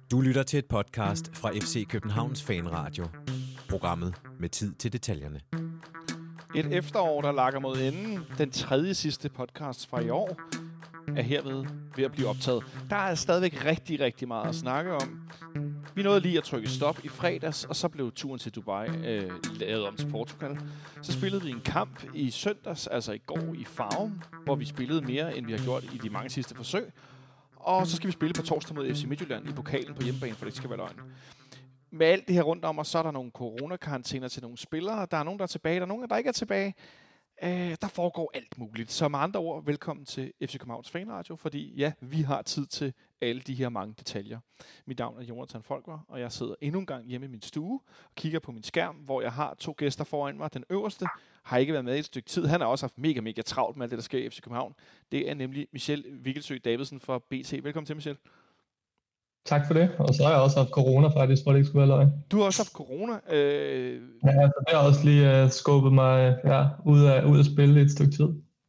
Du lytter til et podcast fra FC Københavns Fanradio. Programmet med tid til detaljerne. Et efterår, der lakker mod enden. Den tredje sidste podcast fra i år er herved ved at blive optaget. Der er stadigvæk rigtig meget at snakke om. Vi nåede lige at trykke stop i fredags, og så blev turen til Dubai lavet om til Portugal. Så spillede vi en kamp i søndags, altså i går i Farum, hvor vi spillede mere, end vi har gjort i de mange sidste forsøg. Og så skal vi spille på torsdag mod FC Midtjylland i pokalen på hjemmebane, for det ikke skal være løgn. Med alt det her rundt om os, så er der nogle coronakarantæner til nogle spillere. Der er nogen, der er tilbage, der er nogen, der ikke er tilbage. Der foregår alt muligt. Så med andre ord, velkommen til FC Københavns Fanradio, fordi ja, vi har tid til alle de her mange detaljer. Mit navn er Jonathan Folker, og jeg sidder endnu en gang hjemme i min stue og kigger på min skærm, hvor jeg har to gæster foran mig. Den øverste har ikke været med i et stykke tid. Han har også haft mega travlt med alt det, der sker i FC København. Det er nemlig Michel Vigelsø Davidsen fra BT. Velkommen til, Michel. Tak for det, og så har jeg også haft corona faktisk, for det ikke skulle være løgn. Du har også haft corona? Ja, så det har også lige skubbet mig ud af spille et stykke tid.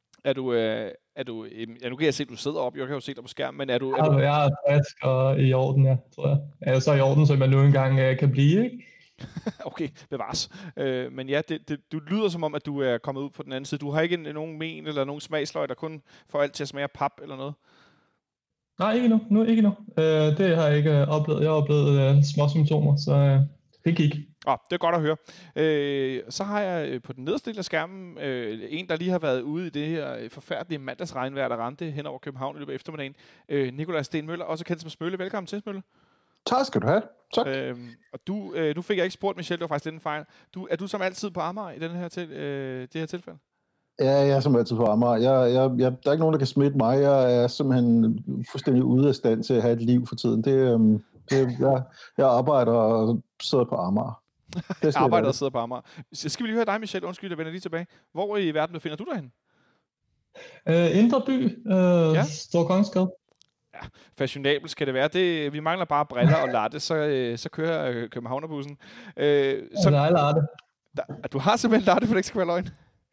Nu kan jeg se, at du sidder op. Jeg kan jo se dig på skærmen, men er du... Jeg er frisk og i orden, ja, tror jeg. Jeg er så i orden, som man nu engang kan blive, ikke? Okay, bevares. Men ja, du lyder som om, at du er kommet ud på den anden side. Du har ikke nogen men eller nogen smagsløg, der kun får alt til at smage af pap eller noget? Nej, ikke endnu. Det har jeg ikke oplevet. Jeg har oplevet små symptomer, så det gik. Det er godt at høre. Så har jeg på den nederste del af skærmen en, der lige har været ude i det her forfærdelige mandagsregnvejr, der ramte hen over København i løbet af eftermiddagen. Nikolaj Sten Møller, også kendt som Smølle. Velkommen til, Smølle. Tak skal du have. Tak. Og du fik jeg ikke spurgt, Michel, det var faktisk lidt en fejl. Er du som altid på Amager i det her tilfælde? Ja, jeg er som altid på Amager. Der er ikke nogen, der kan smitte mig. Jeg er simpelthen fuldstændig ude af stand til at have et liv for tiden. Jeg arbejder og sidder på Amager. Jeg arbejder og sidder på Amager. Skal vi lige høre dig, Michel? Undskyld, jeg vender lige tilbage. Hvor i verden befinder du dig hen? Indre by. Stor Kongsgade. Ja, fashionabelt skal det være. Vi mangler bare briller og latte, så kører Københavnerbussen. Der er latte. Du har simpelthen latte, for det ikke skal være løgn?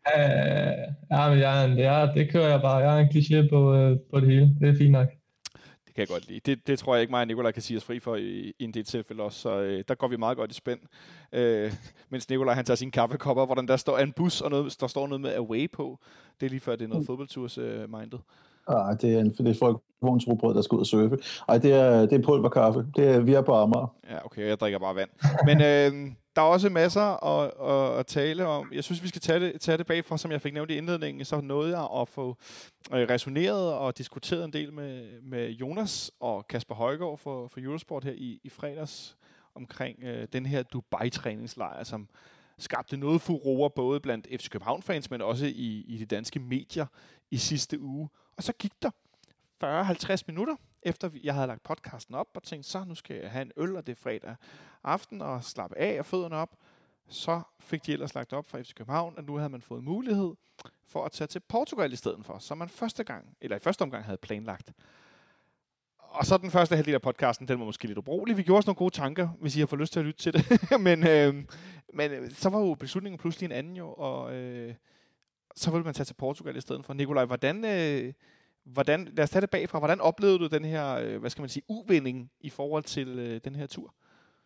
Men det kører jeg bare. Jeg er en kliché på det hele. Det er fint nok. Det kan jeg godt lide. Det tror jeg ikke mig og Nikolaj kan sige os fri for i en del tilfælde også, så der går vi meget godt i spænd. Mens Nikolaj han tager sine kaffekopper, hvor der står en bus, og der står noget med away på. Det er lige før, det er noget fodboldturs minded. Det er folk på en trobrød, der skal ud og surfe. Det er pulverkaffe. Vi er på Amager. Ja, okay, jeg drikker bare vand. Men der er også masser at tale om. Jeg synes, vi skal tage det bagfra, som jeg fik nævnt i indledningen. Så nåede jeg at få resoneret og diskuteret en del med Jonas og Kasper Højgaard for Eurosport her i fredags omkring den her Dubai-træningslejr, som skabte noget furore både blandt FC København-fans, men også i de danske medier i sidste uge. Og så gik der 40-50 minutter, efter jeg havde lagt podcasten op, og tænkte, så nu skal jeg have en øl, og det er fredag aften, og slappe af og fødderne op. Så fik de ellers lagt op fra FC København, og nu havde man fået mulighed for at tage til Portugal i stedet for, som man i første omgang havde planlagt. Og så den første halvdel af podcasten, den var måske lidt ubrugelig. Vi gjorde også nogle gode tanker, hvis I har fået lyst til at lytte til det. men så var jo beslutningen pludselig en anden jo, og så ville man tage til Portugal i stedet for. Nikolaj, hvordan, lad os tage det bagfra. Hvordan oplevede du den her, uvinding i forhold til den her tur?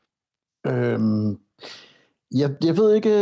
Jeg ved ikke,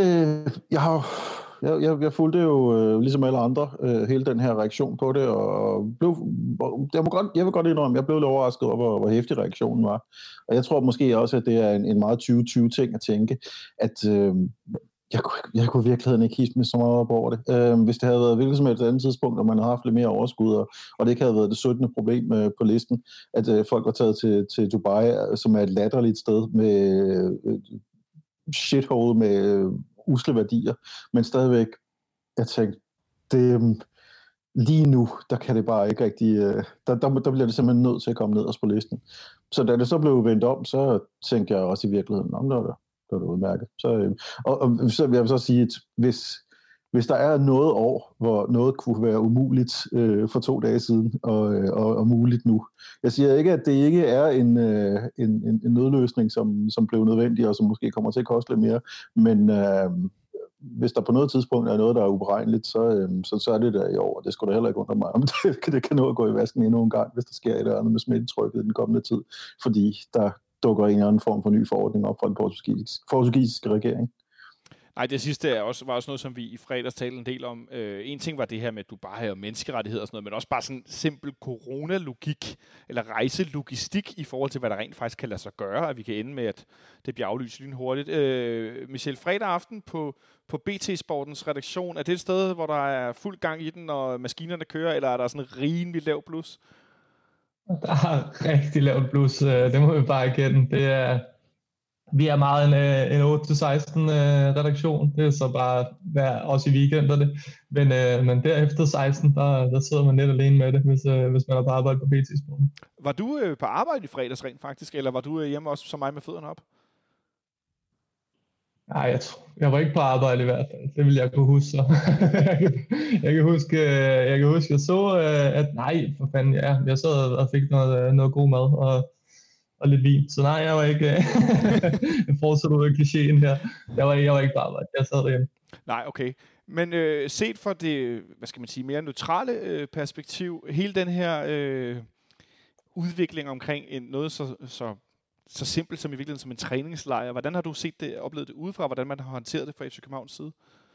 jeg fulgte jo ligesom alle andre hele den her reaktion på det, og jeg vil godt indrømme, jeg blev lidt overrasket over, hvor heftig reaktionen var. Og jeg tror måske også, at det er en meget 2020 ting at tænke, at jeg kunne i virkeligheden ikke hisse mig så meget op over det. Hvis det havde været hvilket som helst andet tidspunkt, og man havde haft lidt mere overskud, og det ikke havde været det 17. problem på listen, at folk var taget til Dubai, som er et latterligt sted med shithole med usle værdier, men stadigvæk, jeg tænkte, lige nu, der kan det bare ikke rigtig, der bliver det simpelthen nødt til at komme ned på listen. Så da det så blev vendt om, så tænkte jeg også i virkeligheden, om det var udmærket. Så jeg vil så sige, at hvis der er noget år, hvor noget kunne være umuligt for 2 dage siden, og muligt nu. Jeg siger ikke, at det ikke er en nødløsning, som blev nødvendig, og som måske kommer til at koste lidt mere, men hvis der på noget tidspunkt er noget, der er uberegneligt, så er det der i år, og det skulle da heller ikke undre mig, om det kan nå at gå i vasken endnu en gang, hvis der sker et eller andet med smittetrykket i den kommende tid, fordi dukker en eller anden form for ny forordning op fra den portugisiske regering. Nej, det sidste var også noget, som vi i fredags talte en del om. En ting var det her med Dubai og menneskerettigheder og sådan noget, men også bare sådan simpel coronalogik eller rejselogistik i forhold til, hvad der rent faktisk kan lade sig gøre, at vi kan ende med, at det bliver aflyst lynhurtigt. Michel, fredag aften på BT Sportens redaktion, er det et sted, hvor der er fuld gang i den, og maskinerne kører, eller er der sådan en rimelig lav blus? Der er rigtig lavt blus, det må vi bare erkende. Vi er meget en 8-16 redaktion. Det er så bare også i weekenderne. Men derefter 16, der sidder man lidt alene med det, hvis man er på arbejde på BT-sporten. Var du på arbejde i fredags rent faktisk, eller var du hjemme også som mig med fødderne op? Nej, jeg var ikke på arbejde i hvert fald. Det vil jeg kunne huske. Så. jeg kan huske, jeg så, at nej, for fanden, ja, jeg sad og fik noget god mad og lidt vin. Så nej, jeg var ikke... jeg fortsætter ud af klichéen her. Jeg var ikke på arbejde. Jeg sad derhjemme. Nej, okay. Men set fra det, hvad skal man sige, mere neutrale perspektiv, hele den her udvikling omkring noget så simpelt som i virkeligheden som en træningslejr. Hvordan har du oplevet det udefra? Hvordan man har håndteret det fra FC Københavns side?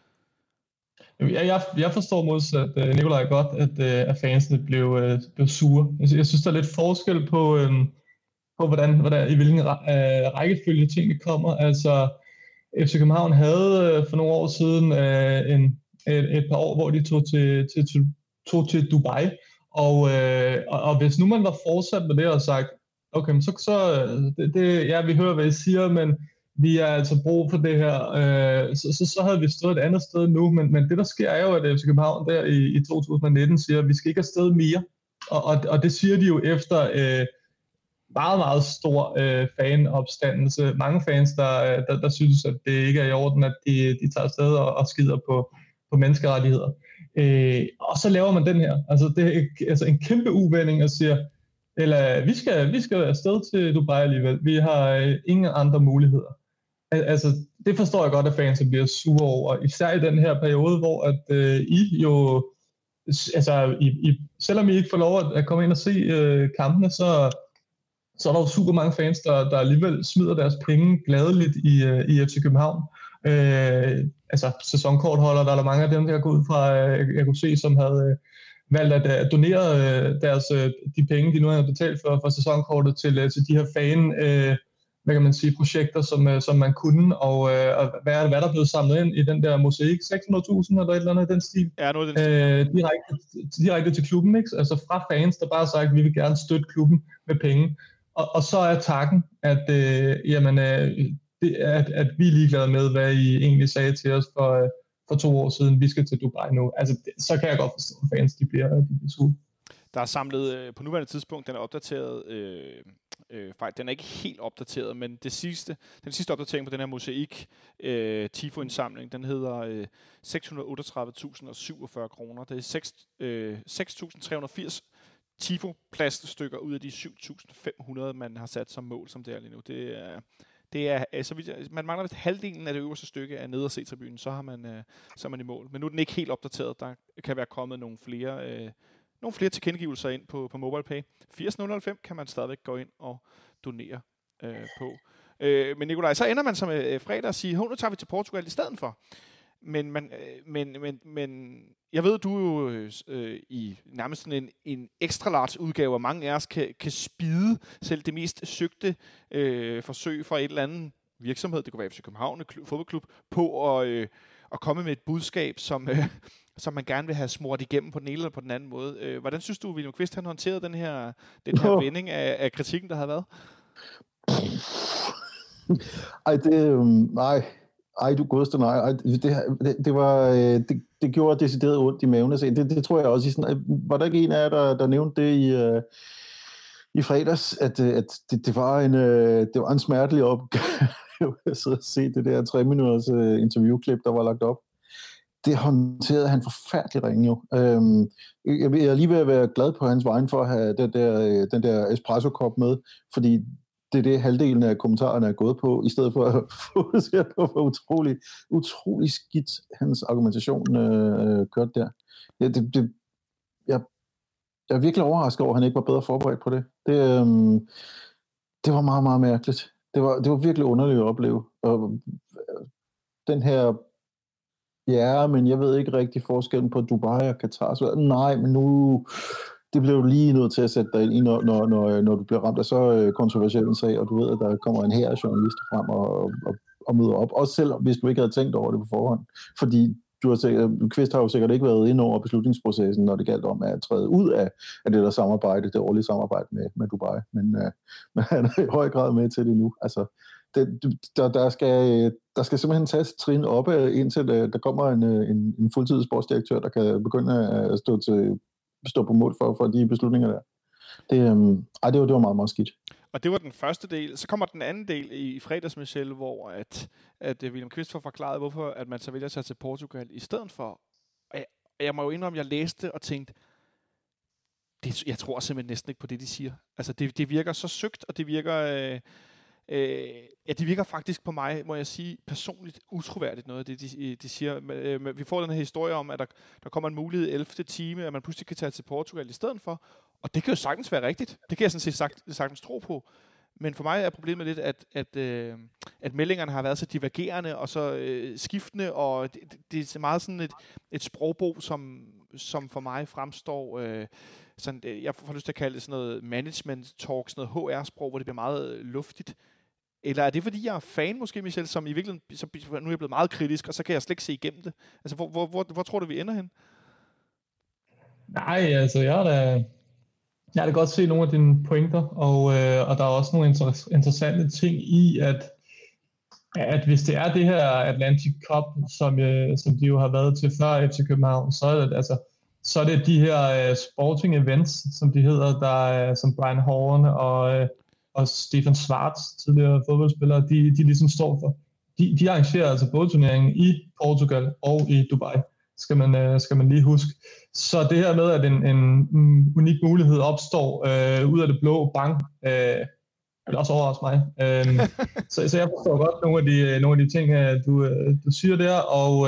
Jeg forstår modsat Nikolaj godt, at fansene blev sure. Jeg synes, der er lidt forskel på hvordan i hvilken rækkefølge tingene kommer. Altså, FC København havde for nogle år siden et par år, hvor de tog til Dubai. Og hvis nu man var fortsat med det og sagt, okay, vi hører, hvad I siger, men vi har altså brug for det her, så havde vi stået et andet sted nu, men det der sker er jo, at FC København der i 2019 siger, at vi skal ikke afsted mere, og det siger de jo efter meget, meget stor fanopstandelse. Mange fans, der synes, at det ikke er i orden, at de tager afsted og skider på menneskerettigheder. Og så laver man den her, det er altså en kæmpe uvending og siger, eller vi skal afsted til Dubai alligevel. Vi har ingen andre muligheder. Altså, det forstår jeg godt, at fans bliver sure over. Især i den her periode, hvor at I jo... Altså, selvom I ikke får lov at komme ind og se kampene, så er der jo super mange fans, der alligevel smider deres penge gladeligt i FC København. Sæsonkortholder, der er der mange af dem, der går ud fra, jeg kunne se, som havde valgt at donere de penge, de nu har betalt for sæsonkortet til de her hvad kan man sige, projekter, som man kunne, og hvad er der blevet samlet ind i den der mosaik? 600.000 eller et eller andet i den stil? Ja, noget i den stil. Direkte til klubben, ikke? Altså fra fans, der bare har sagt, at vi vil gerne støtte klubben med penge. Og så er takken, at vi er ligeglade med, hvad I egentlig sagde til os for 2 år siden, vi skal til Dubai nu. Altså, så kan jeg godt forstå, at fans de bliver sure. Der er samlet på nuværende tidspunkt, den er opdateret, den er ikke helt opdateret, men den sidste opdatering på den her mosaik Tifo-indsamling, den hedder 638.047 kroner. Det er 6.380 Tifo-plaststykker ud af de 7.500, man har sat som mål, som det er lige nu. Det er altså, man mangler vist halvdelen af det øverste stykke af nede- og C-tribunen, så er man i mål. Men nu er den ikke helt opdateret. Der kan være kommet nogle flere tilkendegivelser ind på MobilePay. 80.005 kan man stadigvæk gå ind og donere på. Men Nikolaj, så ender man som fredag og siger, nu tager vi til Portugal i stedet for. Men jeg ved, du er jo i nærmest sådan en extra large udgave, og mange af os kan spide selv det mest søgte forsøg fra et eller andet virksomhed, det kunne være FC København, fodboldklub, på at komme med et budskab, som man gerne vil have smurt igennem på den ene eller på den anden måde. Hvordan synes du, William Kvist, han håndterede den her vending af kritikken, der har været? Nej. Ej, du godeste nej. Det gjorde decideret ondt i maven at se. Det tror jeg også i sådan. Var der ikke en af jer, der nævnte det i fredags, at det var en smertelig opgave at sidde og se det der 3 minutters interviewklip, der var lagt op. Det håndterede han forfærdeligt ringe jo. Jeg er lige ved at være glad på hans vegne for at have den der espresso-kop med, fordi det er det, halvdelen af kommentarerne er gået på, i stedet for at fokusere på, hvor utrolig skidt hans argumentation kørte der. Jeg er virkelig overrasket over, at han ikke var bedre forberedt på det. Det var meget, meget mærkeligt. Det var virkelig underligt at opleve. Og den her, ja, men jeg ved ikke rigtig forskellen på Dubai og Katar. Så, nej, men nu, det blev du lige nødt til at sætte dig ind i, når du bliver ramt af så kontroversiel en sag, og du ved, at der kommer en hær af journalister frem og møder op. Også selv hvis du ikke havde tænkt over det på forhånd. Fordi Kvist har jo sikkert ikke været inde over beslutningsprocessen, når det galt om at træde ud af det der samarbejde, det årlige samarbejde med Dubai. Men han er i høj grad med til det nu. Altså, der skal simpelthen tages trin op indtil der kommer en fuldtids sportsdirektør, der kan begynde at stå på mål for de beslutninger der. Det var meget, meget skidt. Og det var den første del. Så kommer den anden del i fredags, Michel, hvor at William Kvist får forklaret, hvorfor at man så vælger sig til Portugal i stedet for. Jeg må jo indrømme, at jeg læste og tænkte, jeg tror simpelthen næsten ikke på det, de siger. Altså, det virker så søgt, og det virker... det virker faktisk på mig, må jeg sige, personligt utroværdigt noget af det, de siger. Vi får den her historie om, at der kommer en mulighed i 11. time, at man pludselig kan tage til Portugal i stedet for. Og det kan jo sagtens være rigtigt. Det kan jeg sådan set sagtens tro på. Men for mig er problemet lidt, at meldingerne har været så divergerende og så skiftende, og det er meget sådan et sprogbrug, som for mig fremstår... sådan, jeg får lyst til at kalde det sådan noget management talk, sådan noget HR-sprog, hvor det bliver meget luftigt. Eller er det fordi, jeg er fan måske, Michel, som i virkeligheden, nu er jeg blevet meget kritisk, og så kan jeg slet ikke se igennem det? Altså, hvor tror du, vi ender hen? Nej, altså, jeg kan godt se nogle af dine pointer, og der er også nogle interessante ting i, at hvis det er det her Atlantic Cup, som de jo har været til før FC København, så er det de her sporting events, som de hedder, der som Brian Horn og Stefan Schwarz, tidligere fodboldspillere, de ligesom står for. De arrangerer altså både turneringen i Portugal og i Dubai, skal man lige huske. Så det her med, at en unik mulighed opstår ud af det blå bang, vil også overraske mig. Så jeg forstår godt nogle af de ting, du siger der, og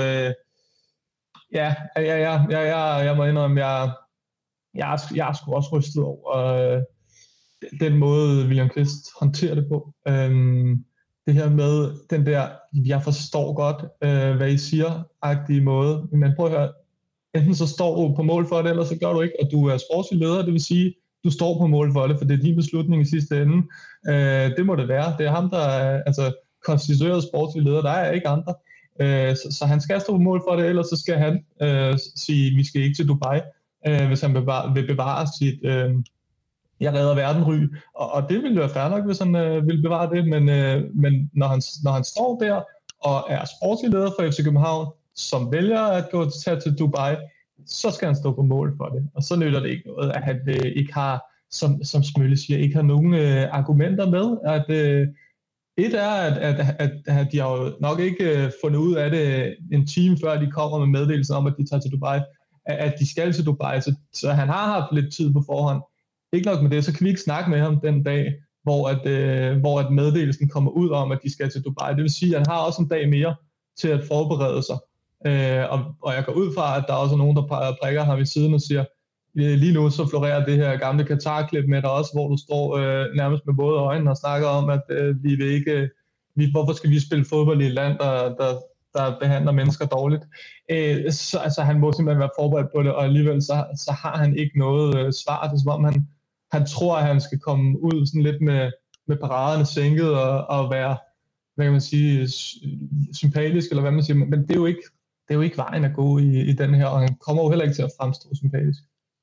jeg må indrømme, jeg er sgu også rystet over den måde, William Kvist håndterer det på. Det her med den der, jeg forstår godt, hvad I siger-agtige måde. Men prøv at høre, enten så står du på mål for det, eller så gør du ikke, og du er sportslig leder, det vil sige, du står på mål for det, for det er din beslutning i sidste ende. Det må det være. Det er ham, der er konstitueret sportslig leder, der er ikke andre. Så han skal stå på mål for det, ellers så skal han sige, vi skal ikke til Dubai, hvis han vil bevare sit jeg redder verden-ry. Og det ville være fair nok, hvis han ville bevare det, men når han står der og er sportslig leder for FC København, som vælger at tage til Dubai, så skal han stå på mål for det. Og så nytter det ikke noget, at han ikke har, som Smølle siger, ikke har nogen argumenter med, at et er, at de har jo nok ikke fundet ud af det en time før de kommer med meddelelsen om, at de tager til Dubai, at de skal til Dubai, så han har haft lidt tid på forhånd. Ikke nok med det, så kan vi ikke snakke med ham den dag, hvor at meddelelsen kommer ud om, at de skal til Dubai. Det vil sige, at han har også en dag mere til at forberede sig. Og jeg går ud fra, at der også er nogen, der prikker ham i siden og siger, lige nu så florerer det her gamle Qatar-klip med dig også, hvor du står nærmest med både øjnene og snakker om, at vi vil ikke, hvorfor skal vi spille fodbold i et land, der behandler mennesker dårligt. Så altså, han må simpelthen være forberedt på det, og alligevel så har han ikke noget svar. Det er som om han tror, at han skal komme ud sådan lidt med paraderne sænket og være, hvad kan man sige, sympatisk, eller hvad man siger, men det er jo ikke vejen at gå i den her, og han kommer jo heller ikke til at fremstå sympatisk.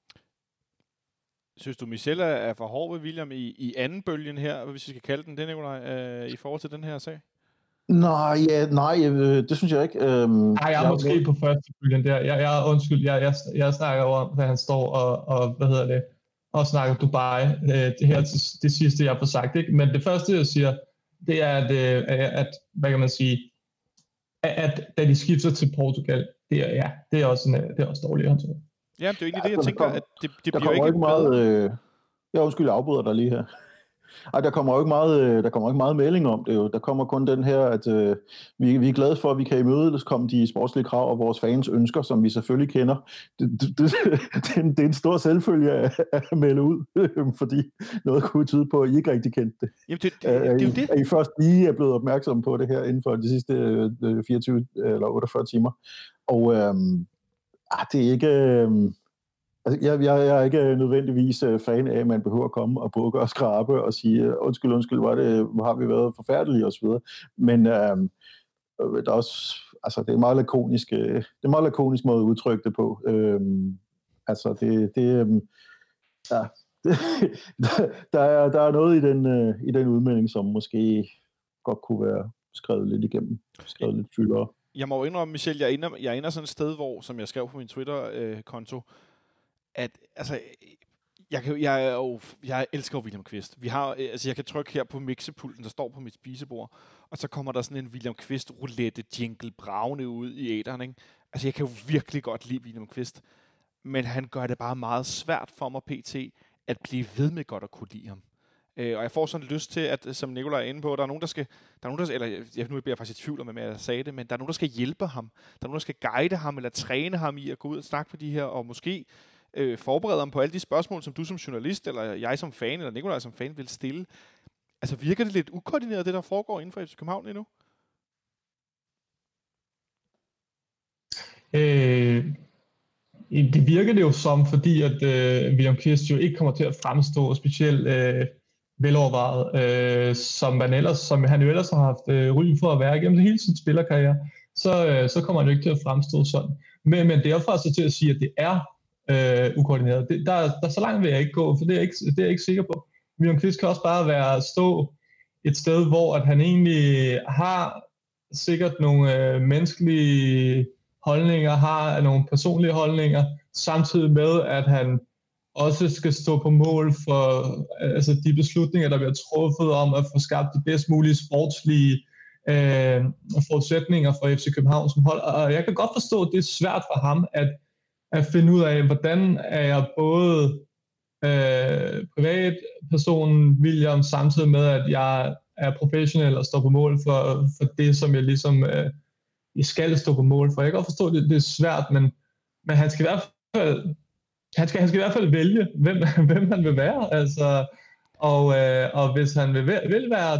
Synes du, Michel er for hård ved William i anden bølgen her, hvis vi skal kalde den det, Nikolaj, i forhold til den her sag? Nej, det synes jeg ikke. Nej, jeg er måske på første bølgen der. Jeg snakker over, hvad han står og hvad hedder det, og snakker Dubai. Det her det sidste, jeg får sagt, ikke? Men det første, jeg siger, det er, at hvad kan man sige, at da de skifter til Portugal, det er også dårligt håndteret. Ja, det er jo egentlig det, jeg tænker, at det bliver ikke meget. Jeg afbryder dig lige her. Ej, der kommer ikke meget melding om det jo. Der kommer kun den her, at vi er glade for, at vi kan imødekomme de sportslige krav og vores fans ønsker, som vi selvfølgelig kender. Det er en stor selvfølge at melde ud, fordi noget kunne tyde på, at I ikke rigtig kendte det. Jamen, det er jo det. At I først lige er blevet opmærksom på det her inden for de sidste 24 eller 48 timer. Og det er ikke... Altså, jeg er ikke nødvendigvis fan af, at man behøver at komme og bukke og skrabe og sige, undskyld, hvor har vi været forfærdelige osv. Men der er også, altså, det er en meget lakonisk måde at udtrykke det på. Der er noget i den udmelding, som måske godt kunne være skrevet lidt igennem, skrevet lidt fyldere. Jeg må jo indrømme, Michel, jeg ender sådan et sted, hvor, som jeg skrev på min Twitter-konto, at altså, jeg elsker William Kvist. Jeg kan trykke her på mixepulten, der står på mit spisebord, og så kommer der sådan en William Kvist roulette jingle bravende ud i æteren, ikke? Altså, jeg kan jo virkelig godt lide William Kvist, men han gør det bare meget svært for mig pt. At blive ved med godt at kunne lide ham. Og jeg får sådan lyst til, at som Nikolaj er inde på, der er nogen, der skal, eller nu bliver jeg faktisk i tvivl om, at jeg sagde det, men der er nogen, der skal hjælpe ham. Der er nogen, der skal guide ham, eller træne ham i at gå ud og snakke på de her, og måske forberede ham på alle de spørgsmål, som du som journalist, eller jeg som fan, eller Nikolaj som fan vil stille. Altså, virker det lidt ukoordineret, det der foregår inden for FC København endnu? Det virker det jo som, fordi at William Kvist jo ikke kommer til at fremstå specielt velovervejet, som han jo ellers har haft ry for at være gennem hele sin spillerkarriere, så kommer han jo ikke til at fremstå sådan. Men derfra så til at sige, at det er ukoordineret. Der så langt vil jeg ikke gå, for det er jeg ikke sikker på. William Kvist kan også bare stå et sted, hvor at han egentlig har sikkert nogle menneskelige holdninger, har nogle personlige holdninger, samtidig med, at han også skal stå på mål for de beslutninger, der bliver truffet om at få skabt de bedst mulige sportslige forudsætninger for FC København som hold. Og jeg kan godt forstå, at det er svært for ham at finde ud af, hvordan er jeg både privatpersonen William, samtidig med, at jeg er professionel og står på mål for det, som jeg ligesom jeg skal stå på mål for. Jeg kan godt forstå, at det er svært, men han skal i hvert fald han skal i hvert fald vælge, hvem han vil være. Altså, og hvis han vil være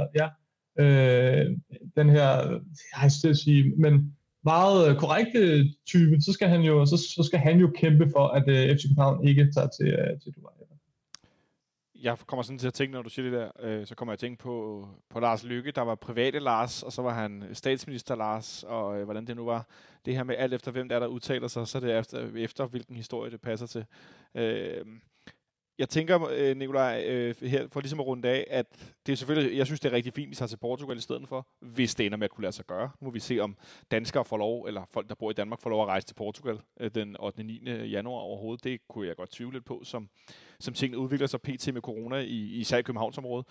den her, jeg skal sige, men meget korrekte type, så skal han jo kæmpe for, at FC København ikke tager til Dubai. Jeg kommer sådan til at tænke, når du siger det der, så kommer jeg at tænke på Lars Løkke, der var private Lars, og så var han statsminister Lars, og hvordan det nu var. Det her med alt efter, hvem der udtaler sig, så er det efter hvilken historie det passer til. Jeg tænker, Nikolaj, her for ligesom at runde af, at det er selvfølgelig, jeg synes, det er rigtig fint, vi tager til Portugal i stedet for, hvis det ender med at kunne lade sig gøre. Nu må vi se, om danskere får lov, eller folk, der bor i Danmark, får lov at rejse til Portugal den 8. og 9. januar overhovedet. Det kunne jeg godt tvivle lidt på, som tingene udvikler sig pt. Med corona i især i Københavnsområdet.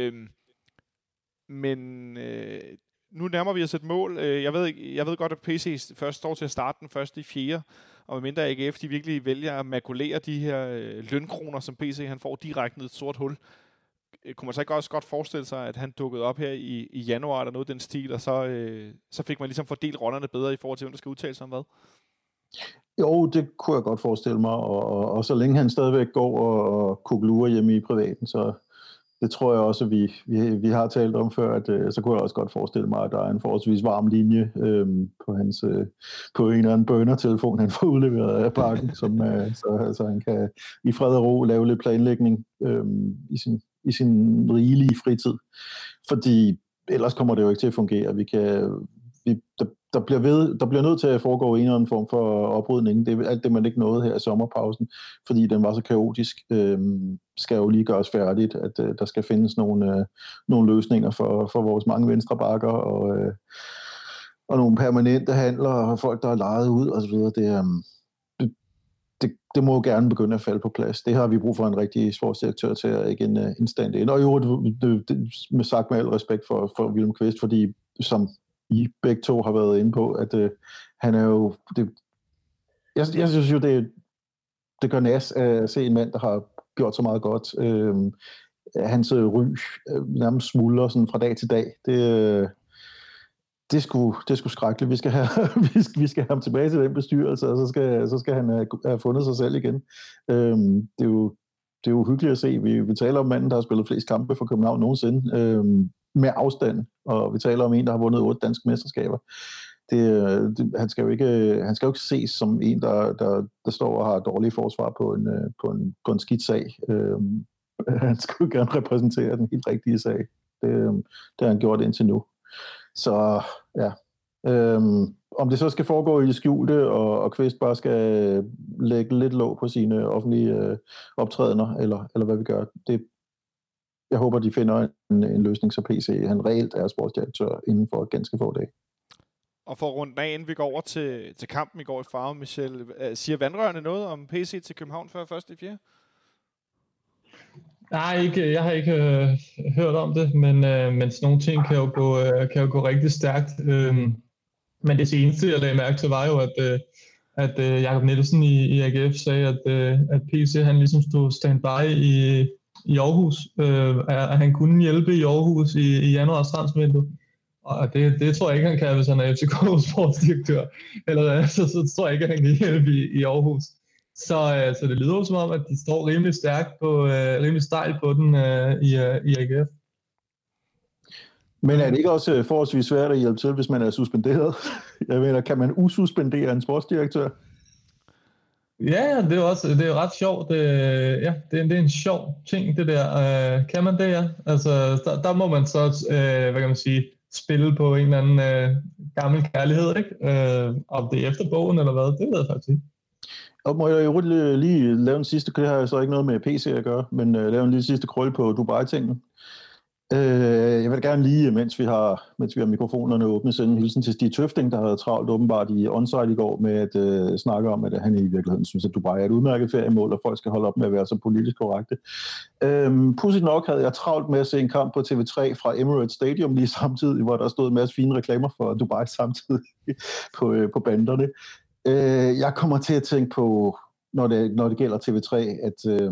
Men nu nærmer vi os et mål. Jeg ved godt, at PC først står til at starte den første i 4. Og medmindre AGF de virkelig vælger at makulere de her lønkroner, som PC han får direkte ned et sort hul, kunne man så ikke også godt forestille sig, at han dukkede op her i januar eller noget den stil, og så fik man ligesom fordelt rollerne bedre i forhold til, hvem der skal udtale sig om hvad? Jo, det kunne jeg godt forestille mig, og så længe han stadigvæk går og kuglurer hjemme i privaten, så det tror jeg også, at vi har talt om før, at så kunne jeg også godt forestille mig, at der er en forholdsvis varm linje på en eller anden burner-telefon, han får udleveret af parken, så han kan i fred og ro lave lidt planlægning i sin rigelige fritid. Fordi ellers kommer det jo ikke til at fungere. Der bliver nødt til at foregå en eller anden form for oprydning. Det er alt det, man ikke nåede her i sommerpausen, fordi den var så kaotisk, skal jo lige gøres færdigt, at der skal findes nogle løsninger for vores mange venstrebakker og nogle permanente handler og folk, der er lejet ud og så videre. Det må jo gerne begynde at falde på plads. Det har vi brug for en rigtig sportsdirektør til at ikke en stand-in. Og jo, det med sagt med al respekt for William Kvist, fordi som I begge to har været inde på, at han er jo... Jeg synes jo, det gør næs at se en mand, der har gjort så meget godt. hans ry nærmest smuldrer sådan fra dag til dag. Det er sgu skrækkeligt. Vi skal have ham tilbage til den bestyrelse, og så skal han have fundet sig selv igen. Det er jo hyggeligt at se. Vi taler om manden, der har spillet flest kampe for København nogensinde, med afstand, og vi taler om en, der har vundet 8 danske mesterskaber. Han skal jo ikke ses som en, der står og har dårlige forsvar på en skidt sag. Han skulle gerne repræsentere den helt rigtige sag. Det har han gjort indtil nu. Så ja, om det så skal foregå i skjulte, og Kvist bare skal lægge lidt låg på sine offentlige optrædener, eller hvad vi gør, jeg håber, de finder en løsning, så PC han reelt er sportsdirektør inden for ganske få dage. Og for rundt af, inden vi går over til kampen i går i Farve, Michel, siger vandrørene noget om PC til København før 1.4? Nej, ikke. Jeg har ikke hørt om det, men sådan nogle ting kan jo gå rigtig stærkt. Men det seneste, jeg lagde mærke til, var jo, at Jakob Nielsen i AGF sagde, at PC han ligesom stod standby i Aarhus, at han kunne hjælpe i Aarhus i januars transfervindue. Og det tror jeg ikke, han kan, hvis han er FCK sportsdirektør. Eller så tror jeg ikke, at han kan hjælpe i Aarhus. Så det lyder som om, at de står rimelig stærkt rimelig stejlt på den i AGF. Men er det ikke også forholdsvis svært at hjælpe til, hvis man er suspenderet? Jeg mener, kan man ususpendere en sportsdirektør? Ja, det er jo ret sjovt. Det er en sjov ting, det der. Kan man det, ja? Altså, der må man så, hvad kan man sige, spille på en eller anden gammel kærlighed, ikke? Om det er efter bogen eller hvad, det ved jeg faktisk ikke. Og må jeg jo lige lave en sidste, det har så ikke noget med PC at gøre, men lave en lige sidste krølle på Dubai-tingen. Jeg vil gerne lige, mens vi har mikrofonerne åbne, sende en hilsen til Stig Tøfting, der havde travlt åbenbart i onsite i går med at snakke om, at han i virkeligheden synes, at Dubai er et udmærket feriemål, og folk skal holde op med at være så politisk korrekte. Pudsigt nok havde jeg travlt med at se en kamp på TV3 fra Emirates Stadium lige samtidig, hvor der stod en masse fine reklamer for Dubai samtidig på banderne. Jeg kommer til at tænke på, når det gælder TV3, at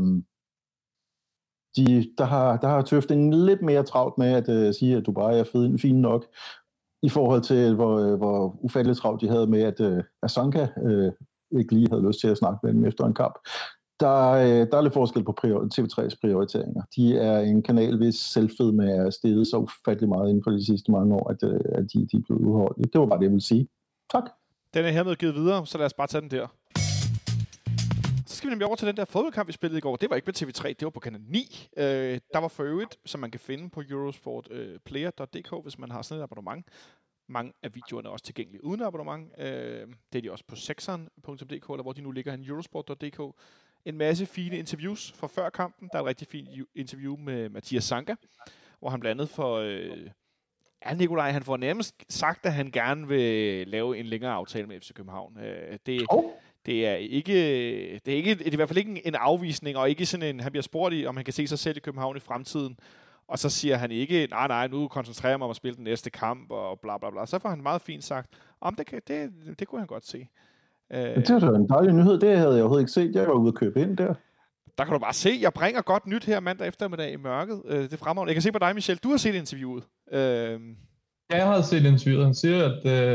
der har Tøfting lidt mere travlt med at sige, at Dubai er fin nok, i forhold til, hvor ufatteligt travlt de havde med, at Asanka ikke lige havde lyst til at snakke med dem efter en kamp. Der er lidt forskel på TV3's prioriteringer. De er en kanal, hvis selvfedme er steget så ufattelig meget inden for de sidste mange år, at de er blevet udholdt. Det var bare det, jeg ville sige. Tak. Den er hermed givet videre, så lad os bare tage den der. Så skal vi nemlig over til den der fodboldkamp, vi spillede i går. Det var ikke på TV3, det var på Kanal 9. Der var for øvrigt, som man kan finde på eurosportplayer.dk, hvis man har sådan et abonnement. Mange af videoerne er også tilgængelige uden abonnement. Det er de også på sexeren.dk, eller hvor de nu ligger i eurosport.dk. En masse fine interviews fra før kampen. Der er et rigtig fint interview med Mathias Sanka, hvor han blandt andet Nikolaj, han får nærmest sagt, at han gerne vil lave en længere aftale med FC København. Det er i hvert fald ikke en afvisning, og ikke sådan han bliver spurgt i, om han kan se sig selv i København i fremtiden. Og så siger han ikke, nej, nu koncentrerer jeg mig om at spille den næste kamp, og bla bla bla. Så får han meget fint sagt, det kunne han godt se. Det var da en dejlig nyhed, det havde jeg overhovedet ikke set. Jeg var ude at købe ind der. Der kan du bare se, jeg bringer godt nyt her mandag eftermiddag i mørket. Det er fremragende. Jeg kan se på dig, Michel, du har set interviewet. Ja, jeg har set interviewet. Han siger,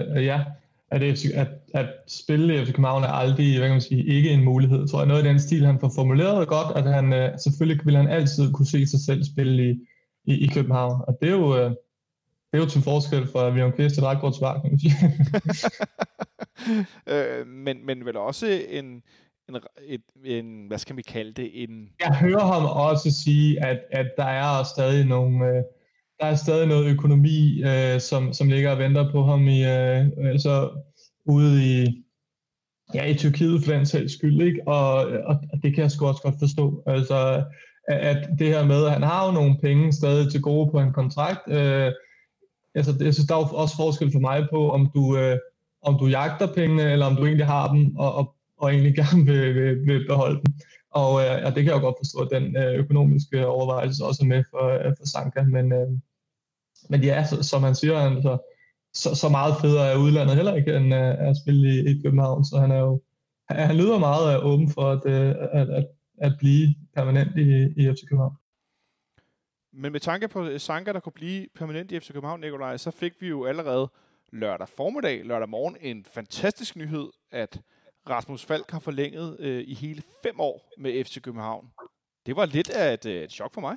at spille i FC København er aldrig, hvad kan man sige, ikke en mulighed. Jeg tror, noget i den stil, han får formuleret godt, at han selvfølgelig vil han altid kunne se sig selv spille i København. Og det er jo til forskel fra William Kvist til Rækkegaard Svar, kan man sige. Men vel også en, hvad skal vi kalde det? Jeg hører ham også sige, at der er stadig nogle... Der er stadig noget økonomi, som ligger og venter på ham ude i Tyrkiet for den sags skyld, ikke? Og det kan jeg sgu også godt forstå. Altså, at det her med, at han har jo nogle penge stadig til gode på en kontrakt. Jeg synes, der er jo også forskel for mig på, om du jagter pengene, eller om du egentlig har dem, og egentlig gerne vil beholde dem. Og det kan jeg jo godt forstå, at den økonomiske overvejelse også er med for Sanka, men ja, som han siger, han så meget federe er udlandet heller ikke, end at spille i København, så han lyder meget åben for at blive permanent i FC København. Men med tanke på Sanka, der kunne blive permanent i FC København, Nikolaj, så fik vi jo allerede lørdag formiddag, lørdag morgen, en fantastisk nyhed, at Rasmus Falk har forlænget i hele 5 år med FC København. Det var lidt af et chok for mig.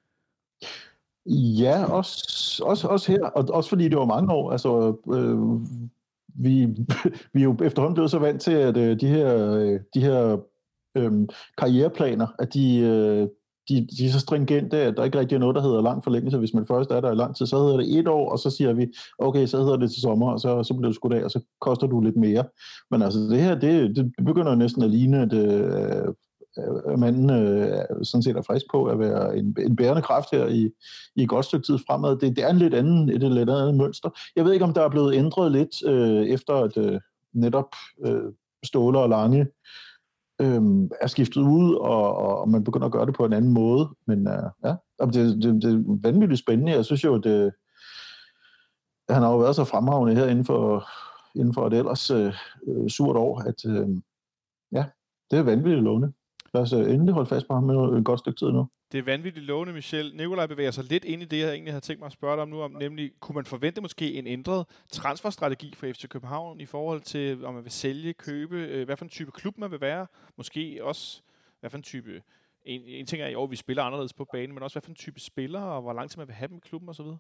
Ja, også her, og også fordi det var mange år. Altså, vi er jo efterhånden blevet så vant til, at de her karriereplaner, at de er så stringente, at der ikke rigtig er noget, der hedder lang forlængelse. Hvis man først er der i lang tid, så hedder det 1 år, og så siger vi, okay, så hedder det til sommer, og så bliver du skudt af, og så koster du lidt mere. Men altså, det her, det begynder næsten at ligne, at manden sådan set er frisk på at være en bærende kraft her i et godt stykke tid fremad. Det er et lidt andet mønster. Jeg ved ikke, om der er blevet ændret lidt efter, at netop Ståle og Lange er skiftet ud, og man begynder at gøre det på en anden måde. Men ja, det er vanvittigt spændende. Jeg synes jo, at han har jo været så fremragende her inden for et ellers surt år, at ja, det er vanvittigt lovende. Lad os endelig holde fast på ham med et godt stykke tid nu. Det er vanvittigt lovende, Michel. Nikolaj bevæger sig lidt ind i det, jeg egentlig havde tænkt mig at spørge dig om nu, nemlig, kunne man forvente måske en ændret transferstrategi for FC København i forhold til, om man vil sælge, købe, hvad for en type klub man vil være, måske også, hvad for en type, en ting er, vi spiller anderledes på banen, men også hvad for en type spillere, og hvor lang tid man vil have dem i klubben osv.?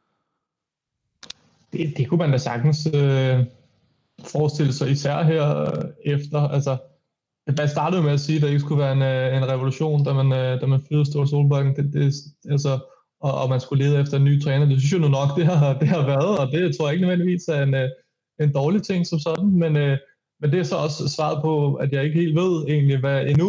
Det kunne man da sagtens forestille sig, især her efter, altså. Jeg startede med at sige, at der ikke skulle være en revolution, da man fyrede Ståle Solbakken, altså, og man skulle lede efter en ny træner. Det synes jeg nu nok, det har været, og det tror jeg ikke nødvendigvis er en dårlig ting som sådan, men det er så også svaret på, at jeg ikke helt ved egentlig,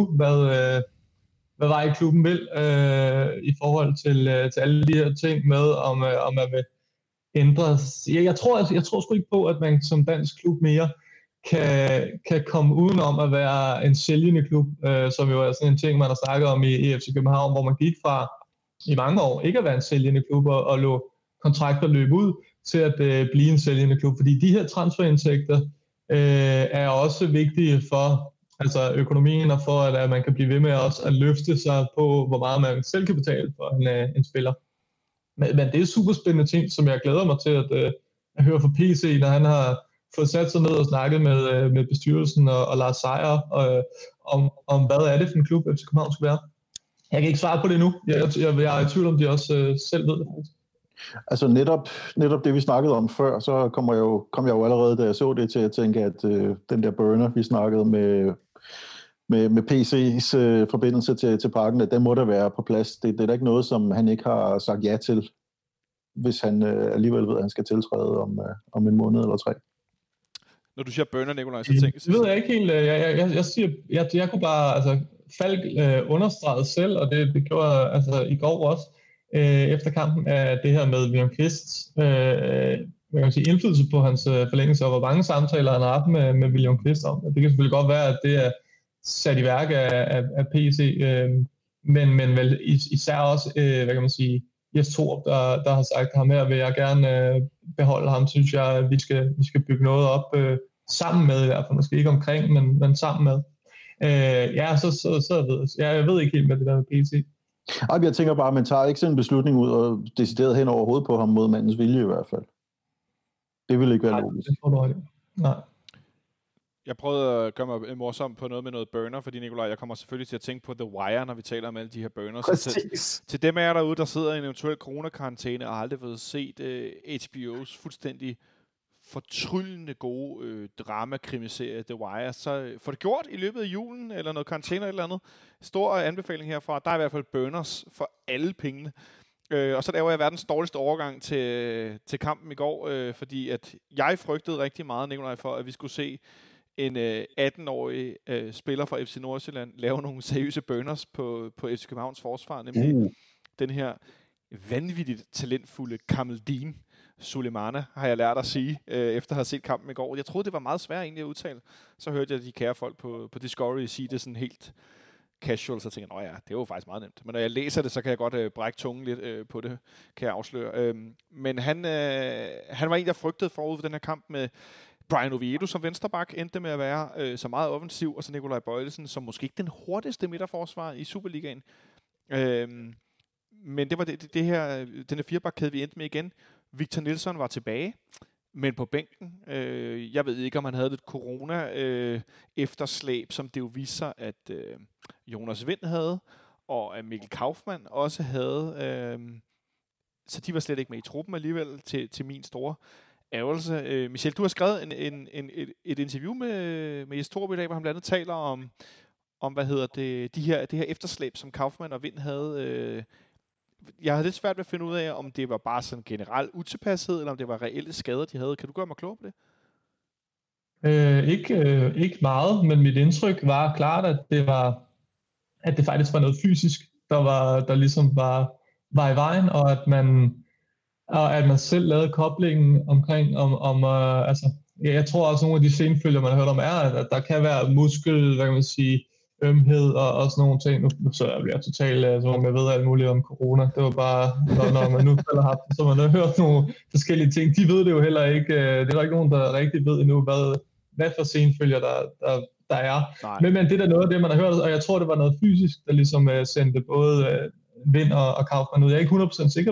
hvad vej klubben vil i forhold til alle de her ting med, om man vil ændre. Jeg tror sgu ikke på, at man som dansk klub mere kan komme udenom at være en sælgende klub, som jo er sådan en ting, man har snakket om i FC København, hvor man gik fra i mange år ikke at være en sælgende klub og lå kontrakter løbe ud til at blive en sælgende klub. Fordi de her transferindtægter er også vigtige for altså økonomien og for, at man kan blive ved med også at løfte sig på, hvor meget man selv kan betale for en spiller. Men det er super spændende ting, som jeg glæder mig til at høre fra PC, når han har fået sat sig ned og snakket med bestyrelsen og Lars Seier om hvad er det for en klub, FC København skal være. Jeg kan ikke svare på det nu. Jeg er i tvivl om, de også selv ved det. Altså netop det, vi snakkede om før, så kom jeg jo allerede, da jeg så det, til at tænke, at den der burner, vi snakkede med PC's forbindelse til parken, at den må der være på plads. Det er da ikke noget, som han ikke har sagt ja til, hvis han alligevel ved, at han skal tiltræde om en måned eller 3. Når du siger burner, Nikolaj, så tænker jeg... Det ved jeg ikke helt. Jeg siger, jeg kunne bare... Altså, Falk understregede selv, og det gjorde jeg altså i går også, efter kampen af det her med William Kvists indflydelse på hans forlængelse, og hvor mange samtaler han har haft med William Kvist om. Det kan selvfølgelig godt være, at det er sat i værk af PC, men vel især også, hvad kan man sige, Jes Torup, der har sagt, ham her vil jeg gerne beholde ham, synes jeg, at vi skal bygge noget op sammen med, i hvert fald måske ikke omkring, men sammen med. Jeg ved ikke helt med det der med PC. Ej, jeg tænker bare, at man tager ikke sådan en beslutning ud og decideret hen over hovedet på ham mod mandens vilje i hvert fald. Det vil ikke være logisk. Nej. Jeg prøvede at gøre mig morsom på noget med noget burner, fordi Nikolaj, jeg kommer selvfølgelig til at tænke på The Wire, når vi taler om alle de her burners. Til dem af jer derude, der sidder i en eventuel coronakarantæne og har aldrig fået set HBO's fuldstændig fortryllende gode drama-krimiserie The Wire, så får det gjort i løbet af julen, eller noget karantæne eller andet. Stor anbefaling herfra. Der er i hvert fald burners for alle pengene. Og så laver jeg verdens dårligste overgang til kampen i går, fordi at jeg frygtede rigtig meget, Nikolaj, for at vi skulle se en 18-årig spiller fra FC Nordsjælland lave nogle seriøse burners på FC Københavns forsvar, nemlig den her vanvittigt talentfulde Kamaldeen Sulemana, har jeg lært at sige, efter at have set kampen i går. Jeg troede, det var meget svært egentlig at udtale. Så hørte jeg de kære folk på Discovery sige det sådan helt casual, så tænker jeg, det er jo faktisk meget nemt. Men når jeg læser det, så kan jeg godt brække tungen lidt på det, kan jeg afsløre. Men han var en, der frygtede forud for den her kamp med Brian Oviedo som venstreback, endte med at være så meget offensiv, og så Nikolaj Bøjlesen som måske ikke den hurtigste midterforsvar i Superligaen. Men det var den her 4-bakkæde, vi endte med igen. Victor Nilsson var tilbage, men på bænken. Jeg ved ikke, om han havde lidt corona-efterslæb, som det jo viser sig, at Jonas Vind havde, og at Mikkel Kaufmann også havde. Så de var slet ikke med i truppen alligevel, til min store ærgelse. Michel, du har skrevet et interview med Jes Torup i dag, hvor han blandt andet taler om det her efterslæb, som Kaufmann og Vind havde. Jeg havde lidt svært ved at finde ud af, om det var bare sådan generel utilpashed, eller om det var reelle skader, de havde. Kan du gøre mig klog på det? Ikke meget, men mit indtryk var klart, at det faktisk var noget fysisk, der ligesom var i vejen, og at man selv lavede koblingen omkring, jeg tror også, nogle af de senfølger, man har hørt om, er, at der kan være muskel, hvad kan man sige, ømhed og sådan nogle ting. Nu så jeg bliver totalt, som jeg ved alt muligt om corona. Det var bare, når man nu selv har haft det, så man har hørt nogle forskellige ting. De ved det jo heller ikke. Det er ikke nogen, der rigtig ved endnu, hvad for senfølger der er. Men det er noget af det, man har hørt, og jeg tror, det var noget fysisk, der ligesom sendte både Vind og Kaufmann ud. Jeg er ikke 100% sikker,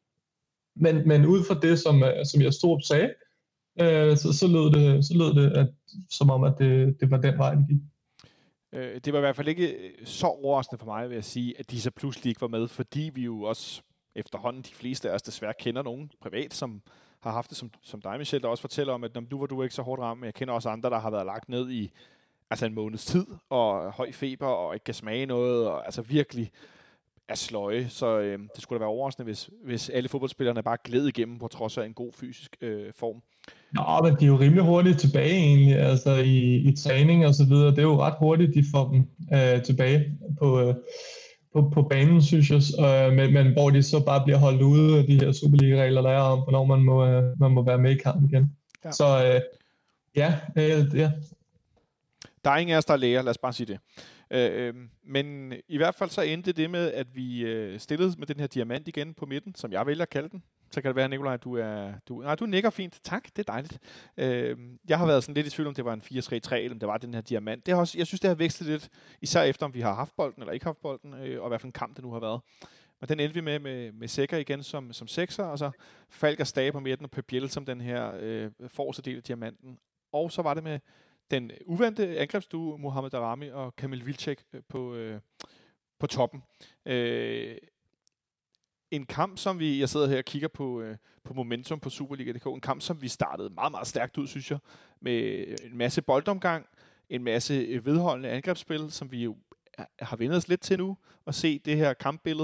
men ud fra det, som jeg stod op sagde, så lød det at, som om, at det var den vej, det gik. Det var i hvert fald ikke så overraskende for mig, vil jeg sige, at de så pludselig ikke var med, fordi vi jo også efterhånden, de fleste af os desværre kender nogen privat, som har haft det som dig, Michel, der også fortæller om, at du var ikke så hårdt ramt, men jeg kender også andre, der har været lagt ned i en måneds tid, og høj feber, og ikke kan smage noget, og altså virkelig er sløje, så det skulle da være overraskende, hvis alle fodboldspillerne bare gled igennem på trods af en god fysisk form. Nå, men de er jo rimelig hurtigt tilbage egentlig, altså i træning og så videre. Det er jo ret hurtigt, de får dem tilbage på banen, synes jeg. Men hvor de så bare bliver holdt ude af de her Superliga-regler, der er om, hvornår man må være med i kampen igen. Ja. Så ja. Der er ingen af os, der er læger, lad os bare sige det. Men i hvert fald så endte det med, at vi stillede med den her diamant igen på midten, som jeg vælger at kalde den. Så kan det være, Nikolaj, du nikker fint. Tak, det er dejligt. Jeg har været sådan lidt i tvivl, om det var en 4-3-3, eller om det var den her diamant. Det har også, jeg synes, det har vekslet lidt, især efter, om vi har haft bolden eller ikke haft bolden, og hvad for en kamp det nu har været. Men den endte vi med Sækker igen som sekser, og så Falk og Stage på midten, og Pep Biel som den her forreste del af diamanten. Og så var det med den uventede angrebsduo Mohamed Daramy og Kamil Vilcek på toppen. En kamp, som jeg sidder her og kigger på momentum på Superliga.dk, en kamp, som vi startede meget, meget stærkt ud, synes jeg, med en masse boldomgang, en masse vedholdende angrebsspil, som vi jo har vendt os lidt til nu, og se det her kampbillede.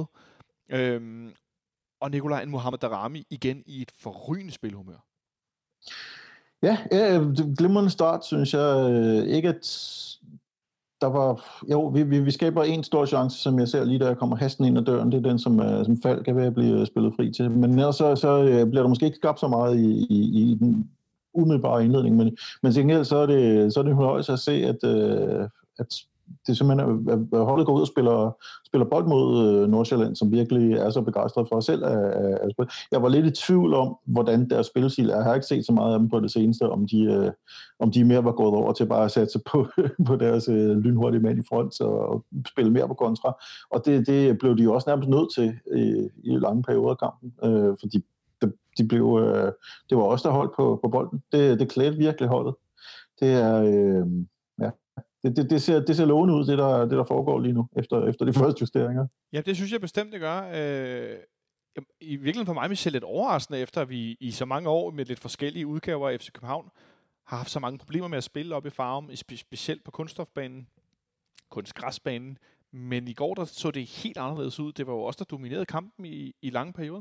Og Nikolaj Mohamed Daramy igen i et forrygende spilhumør. Ja, glimrende start, synes jeg. Ikke at der var... Jo, vi skaber en stor chance, som jeg ser lige da jeg kommer hasten ind ad døren. Det er den, som Falk kan være at blive spillet fri til. Men ellers så bliver der måske ikke skabt så meget i den umiddelbare indledning. Men til gengæld så er det fornøjelse at se, at det simpelthen er holdet går ud og spiller bold mod Nordsjælland, som virkelig er så begejstret for selv at spille. Jeg var lidt i tvivl om, hvordan deres spilstil er. Jeg har ikke set så meget af dem på det seneste, om de mere var gået over til bare at satse på deres lynhurtige mand i front og spille mere på kontra. Og det blev de jo også nærmest nødt til i lange perioder af kampen, fordi det var også der holdt på bolden. Det klædte virkelig holdet. Det er... Det ser lovende ud, det der foregår lige nu, efter de første justeringer. Ja, det synes jeg bestemt, det gør. I virkeligheden for mig, Michel, lidt overraskende, efter at vi i så mange år med lidt forskellige udgaver af FC København har haft så mange problemer med at spille op i Farum, specielt på kunststofbanen, kunstgræsbanen. Men i går, der så det helt anderledes ud. Det var jo også der dominerede kampen i lange perioder.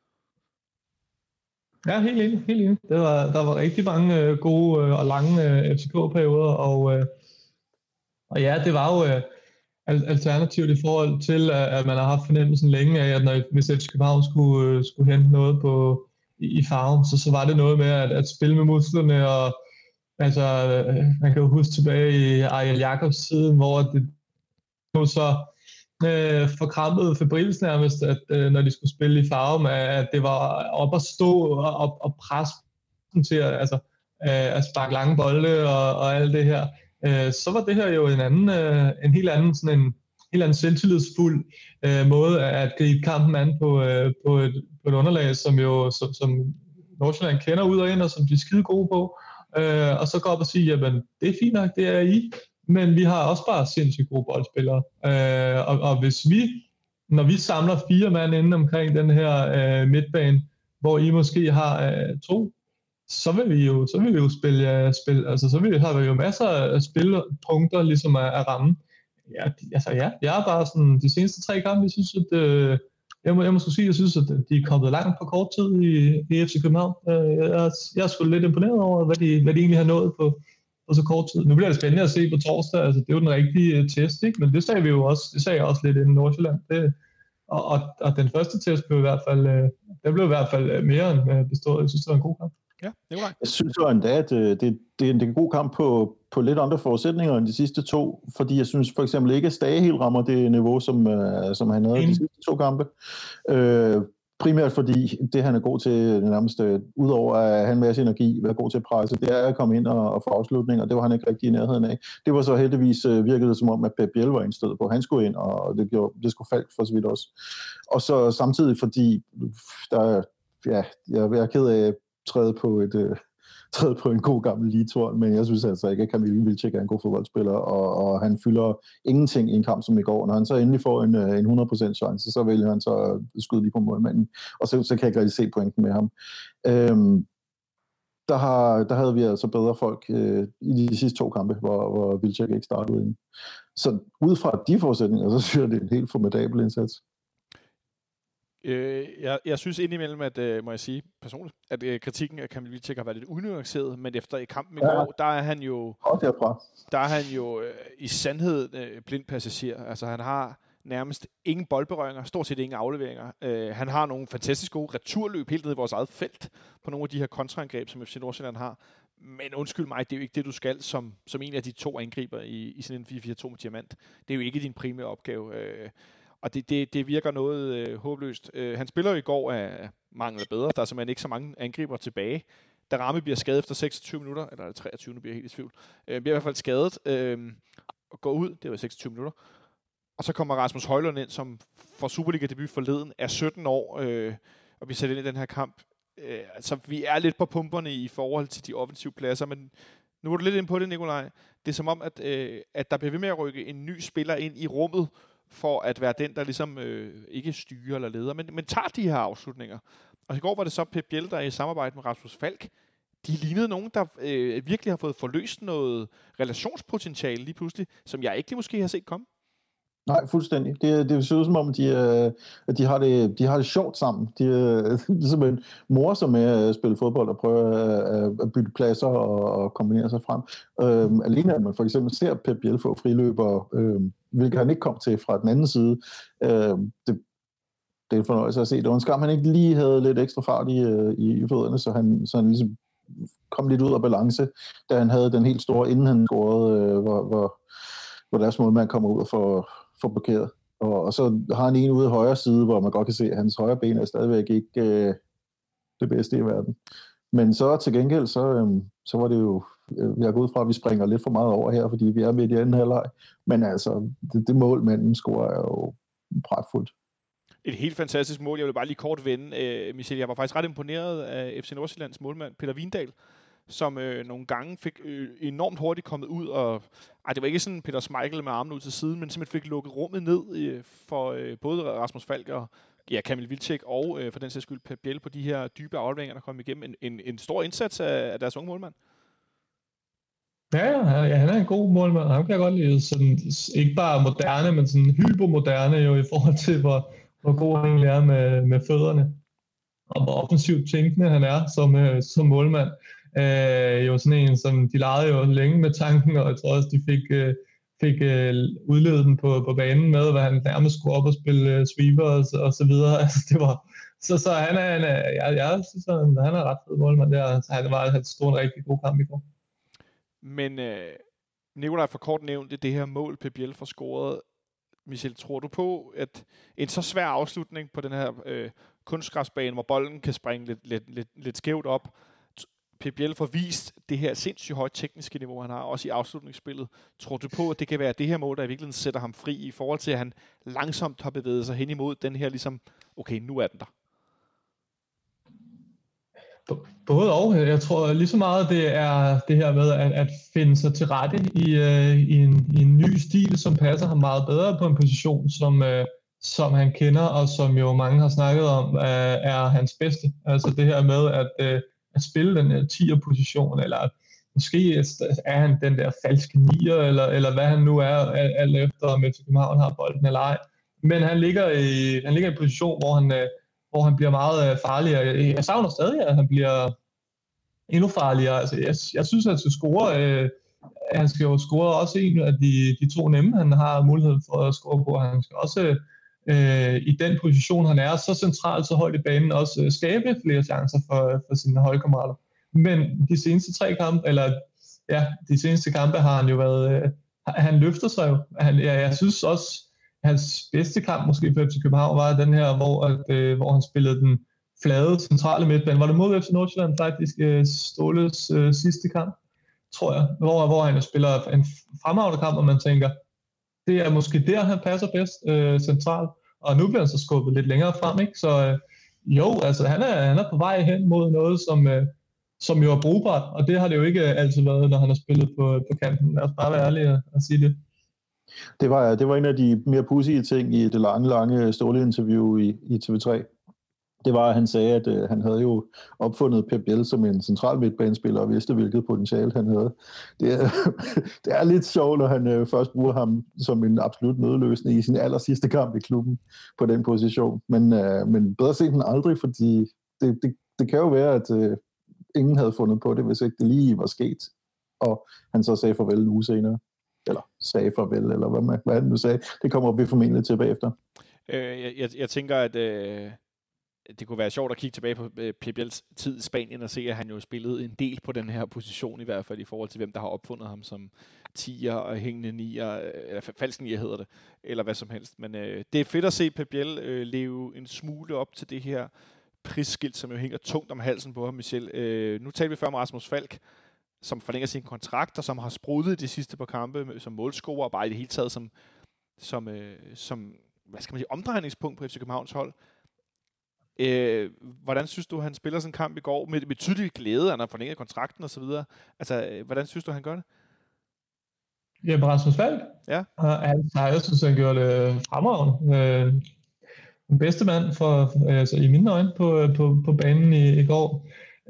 Ja, helt enig. Der var rigtig mange gode og lange FCK-perioder, og ja, det var jo alternativt i forhold til, at man har haft fornemmelsen længe af, at hvis FC København skulle hente noget i Farum, så var det noget med at spille med musklerne, og altså, man kan jo huske tilbage i Ariel Jacobs tiden, hvor det nu så forkrampede febrilsk nærmest, at når de skulle spille i Farum, at det var op at stå og presse til at sparke lange bolde og alt det her. Så var det her jo en helt anden sådan helt anden selvtillidsfuld måde at gribe kampen an på et underlag, som Nordsjælland kender ud og ind, og som de er skide gode på. Og så gå op og sige, jamen det er fint nok, det er I, men vi har også bare sindssygt gode boldspillere. Og hvis når vi samler 4 mand inde omkring den her midtbane, hvor I måske har 2, så vil vi jo spille, altså så har vi jo masser af spillepunkter ligesom at ramme. Jeg er bare sådan, de seneste 3 kampe, jeg synes, at jeg må sige, jeg synes, at de er kommet langt på kort tid i FC København. Jeg er sgu lidt imponeret over, hvad de egentlig har nået på så kort tid. Nu bliver det spændende at se på torsdag, altså det er jo den rigtige test, ikke? Men det sagde vi jo også, det sagde jeg også lidt inden Nordsjælland. Og den første test blev i hvert fald mere end bestået. Jeg synes, det var en god kamp. Ja, det var. Jeg synes jo endda, at det er en god kamp på lidt andre forudsætninger end de sidste 2, fordi jeg synes for eksempel ikke, at Stage helt rammer det niveau, som han havde de sidste 2 kampe. Primært fordi det, han er god til nærmest, udover at have en masse energi, være god til at presse, det er at komme ind og få afslutning, og det var han ikke rigtig i nærheden af. Det var så heldigvis virkede det som om, at Pep Biel var indstillet på, at han skulle ind, og det skulle Falk for så vidt også. Og så samtidig fordi, jeg er ked af træde på en god gammel Litorn, men jeg synes altså ikke, at Kamil Vilcek er en god fodboldspiller, og han fylder ingenting i en kamp som i går. Når han så endelig får en 100% chance, så vælger han så skyde lige på målmanden, og så kan jeg ikke rigtig se pointen med ham. Der havde vi altså bedre folk i de sidste 2 kampe, hvor Vilcek ikke startede ind. Så ud fra de forudsætninger, så synes jeg, det er en helt formidabel indsats. Jeg synes indimellem, at må jeg sige personligt, at kritikken af Kamil Vilcek har været lidt unuanceret, men efter i kampen i går, der er han jo i sandhed blind passager. Altså han har nærmest ingen boldberøringer, stort set ingen afleveringer. Han har nogle fantastisk gode returløb helt ned i vores eget felt på nogle af de her kontraangreb, som FC Nordsjælland har. Men undskyld mig, det er jo ikke det, du skal som en af de 2 angriber i sådan en 4-4-2 med diamant. Det er jo ikke din primære opgave. Og det virker noget håbløst. Han spiller jo i går af mangel bedre. Der er simpelthen ikke så mange angriber tilbage. Da Rami bliver skadet efter 26 minutter, eller 23, nu bliver jeg helt i tvivl, bliver i hvert fald skadet og går ud, det var 26 minutter. Og så kommer Rasmus Højlund ind, som får Superliga-debut forleden, er 17 år, og vi sætter ind i den her kamp. Altså, vi er lidt på pumperne i forhold til de offensive pladser, men nu er du lidt inde på det, Nikolaj. Det er som om, at der bliver ved med at rykke en ny spiller ind i rummet, for at være den, der ligesom ikke styrer eller leder, men tager de her afslutninger. Og i går var det så Pep Biel, der i samarbejde med Rasmus Falk, de lignede nogen, der virkelig har fået forløst noget relationspotentiale lige pludselig, som jeg ikke lige måske har set komme. Nej, fuldstændig. Det ser ud som om, de har det sjovt sammen. Det er simpelthen mor som med at spille fodbold og prøve at bytte pladser og kombinere sig frem. Alene at man for eksempel ser Pep Biel få friløber, hvilket han ikke kom til fra den anden side. Det er en fornøjelse at se. Det var en skam, han ikke lige havde lidt ekstra fart i fødderne, så han ligesom kom lidt ud af balance, da han havde den helt store, inden han scorede, hvor deres målmand kommer ud og får blokeret. Og så har han en ude i højre side, hvor man godt kan se, at hans højre ben er stadigvæk ikke det bedste i verden. Men så til gengæld, så var det jo, jeg går ud fra, at vi springer lidt for meget over her, fordi vi er midt i anden halvleg. Men altså, det mål, manden scorer, er jo pragtfuldt. Et helt fantastisk mål. Jeg vil bare lige kort vende, Michel. Jeg var faktisk ret imponeret af FC Nordsjællands målmand, Peter Vindal, som nogle gange fik enormt hurtigt kommet ud, og det var ikke sådan Peter Schmeichel med armen ud til siden, men simpelthen fik lukket rummet ned for både Rasmus Falk og Kamil Vilcek og for den sags skyld Pep Biel på de her dybe afleveringer, der kom igennem. En stor indsats af deres unge målmand. Ja, han er en god målmand. Han kan jeg godt lide sådan, ikke bare moderne, men sådan hypermoderne jo i forhold til, hvor god han egentlig er med fødderne. Og hvor offensivt tænkende han er som målmand. Jo sådan en, som de legede jo længe med tanken, og jeg tror også, de fik udledet den på banen med, hvad han nærmest skulle op og spille sweeper og så videre. Altså, det var, så han er jeg synes, han er ret fed målmand. Han stod en rigtig god kamp i går. Men Nikolaj for kort nævnte det her mål, Pep Biel får scoret. Michel, tror du på, at en så svær afslutning på den her kunstgræsbane, hvor bolden kan springe lidt skævt op, Pep Biel får vist det her sindssygt højt tekniske niveau, han har, også i afslutningsspillet. Tror du på, at det kan være det her mål, der i virkeligheden sætter ham fri, i forhold til, at han langsomt har bevæget sig hen imod den her, ligesom, okay, nu er den der? Både og. Jeg tror lige så meget, det er det her med at finde sig til rette i en ny stil, som passer ham meget bedre på en position, som han kender, og som jo mange har snakket om, er hans bedste. Altså det her med at spille den her 10'er-position, eller måske er han den der falske 9'er, eller hvad han nu er, alt efter om FC København har bolden eller ej. Men han ligger i en position, hvor han bliver meget farligere. Jeg savner stadig, at han bliver endnu farligere. Altså, jeg synes, at han skal score. Han skal jo score også en af de to nemme, han har mulighed for at score på. Han skal også i den position, han er, så centralt, så højt i banen, også skabe flere chancer for sine holdkammerater. Men de seneste kampe har han jo været... Han løfter sig jo. Jeg synes også, hans bedste kamp måske for FC København var den her, hvor han spillede den flade centrale midtbane. Var det mod FC Nordsjælland faktisk Ståles sidste kamp, tror jeg, hvor han spiller en fremragende kamp, og man tænker, det er måske der, han passer bedst centralt. Og nu bliver han så skubbet lidt længere frem, ikke? Så altså han er på vej hen mod noget, som jo er brugbart, og det har det jo ikke altid været, når han har spillet på kanten. Lad os bare være ærlige og sige det. Det var en af de mere pudsige ting i det lange Ståle-interview i TV3. Det var, at han sagde, at han havde jo opfundet Pep Biel som en central midtbanespiller og vidste, hvilket potentiale han havde. Det er lidt sjovt, når han først bruger ham som en absolut nødløsning i sin allersidste kamp i klubben på den position. Men bedre sent end aldrig, fordi det kan jo være, at ingen havde fundet på det, hvis ikke det lige var sket. Og han så sagde farvel en uge senere. Eller sagde farvel, eller hvad han nu sagde. Det kommer vi formentlig til bagefter. Jeg tænker, at det kunne være sjovt at kigge tilbage på Pep Biels tid i Spanien og se, at han jo spillede en del på den her position, i hvert fald i forhold til, hvem der har opfundet ham som 10'er og hængende 9'er, eller falsk 9'er hedder det, eller hvad som helst. Men det er fedt at se Pep Biel leve en smule op til det her prisskilt, som jo hænger tungt om halsen på ham, Michel. Nu talte vi før om Rasmus Falk, som forlænger sin kontrakt, og som har spruddet de sidste par kampe som målscorer, og bare i det hele taget som hvad skal man sige, omdrejningspunkt på FC Københavns hold. Hvordan synes du, han spiller sådan en kamp i går med tydelig glæde, han har forlænget kontrakten og så videre? Altså, hvordan synes du, han gør det? Ja, Rasmus Falk? Ja. Jeg synes, han gjorde det fremragende. Den bedste mand altså i mine øjne på banen i går.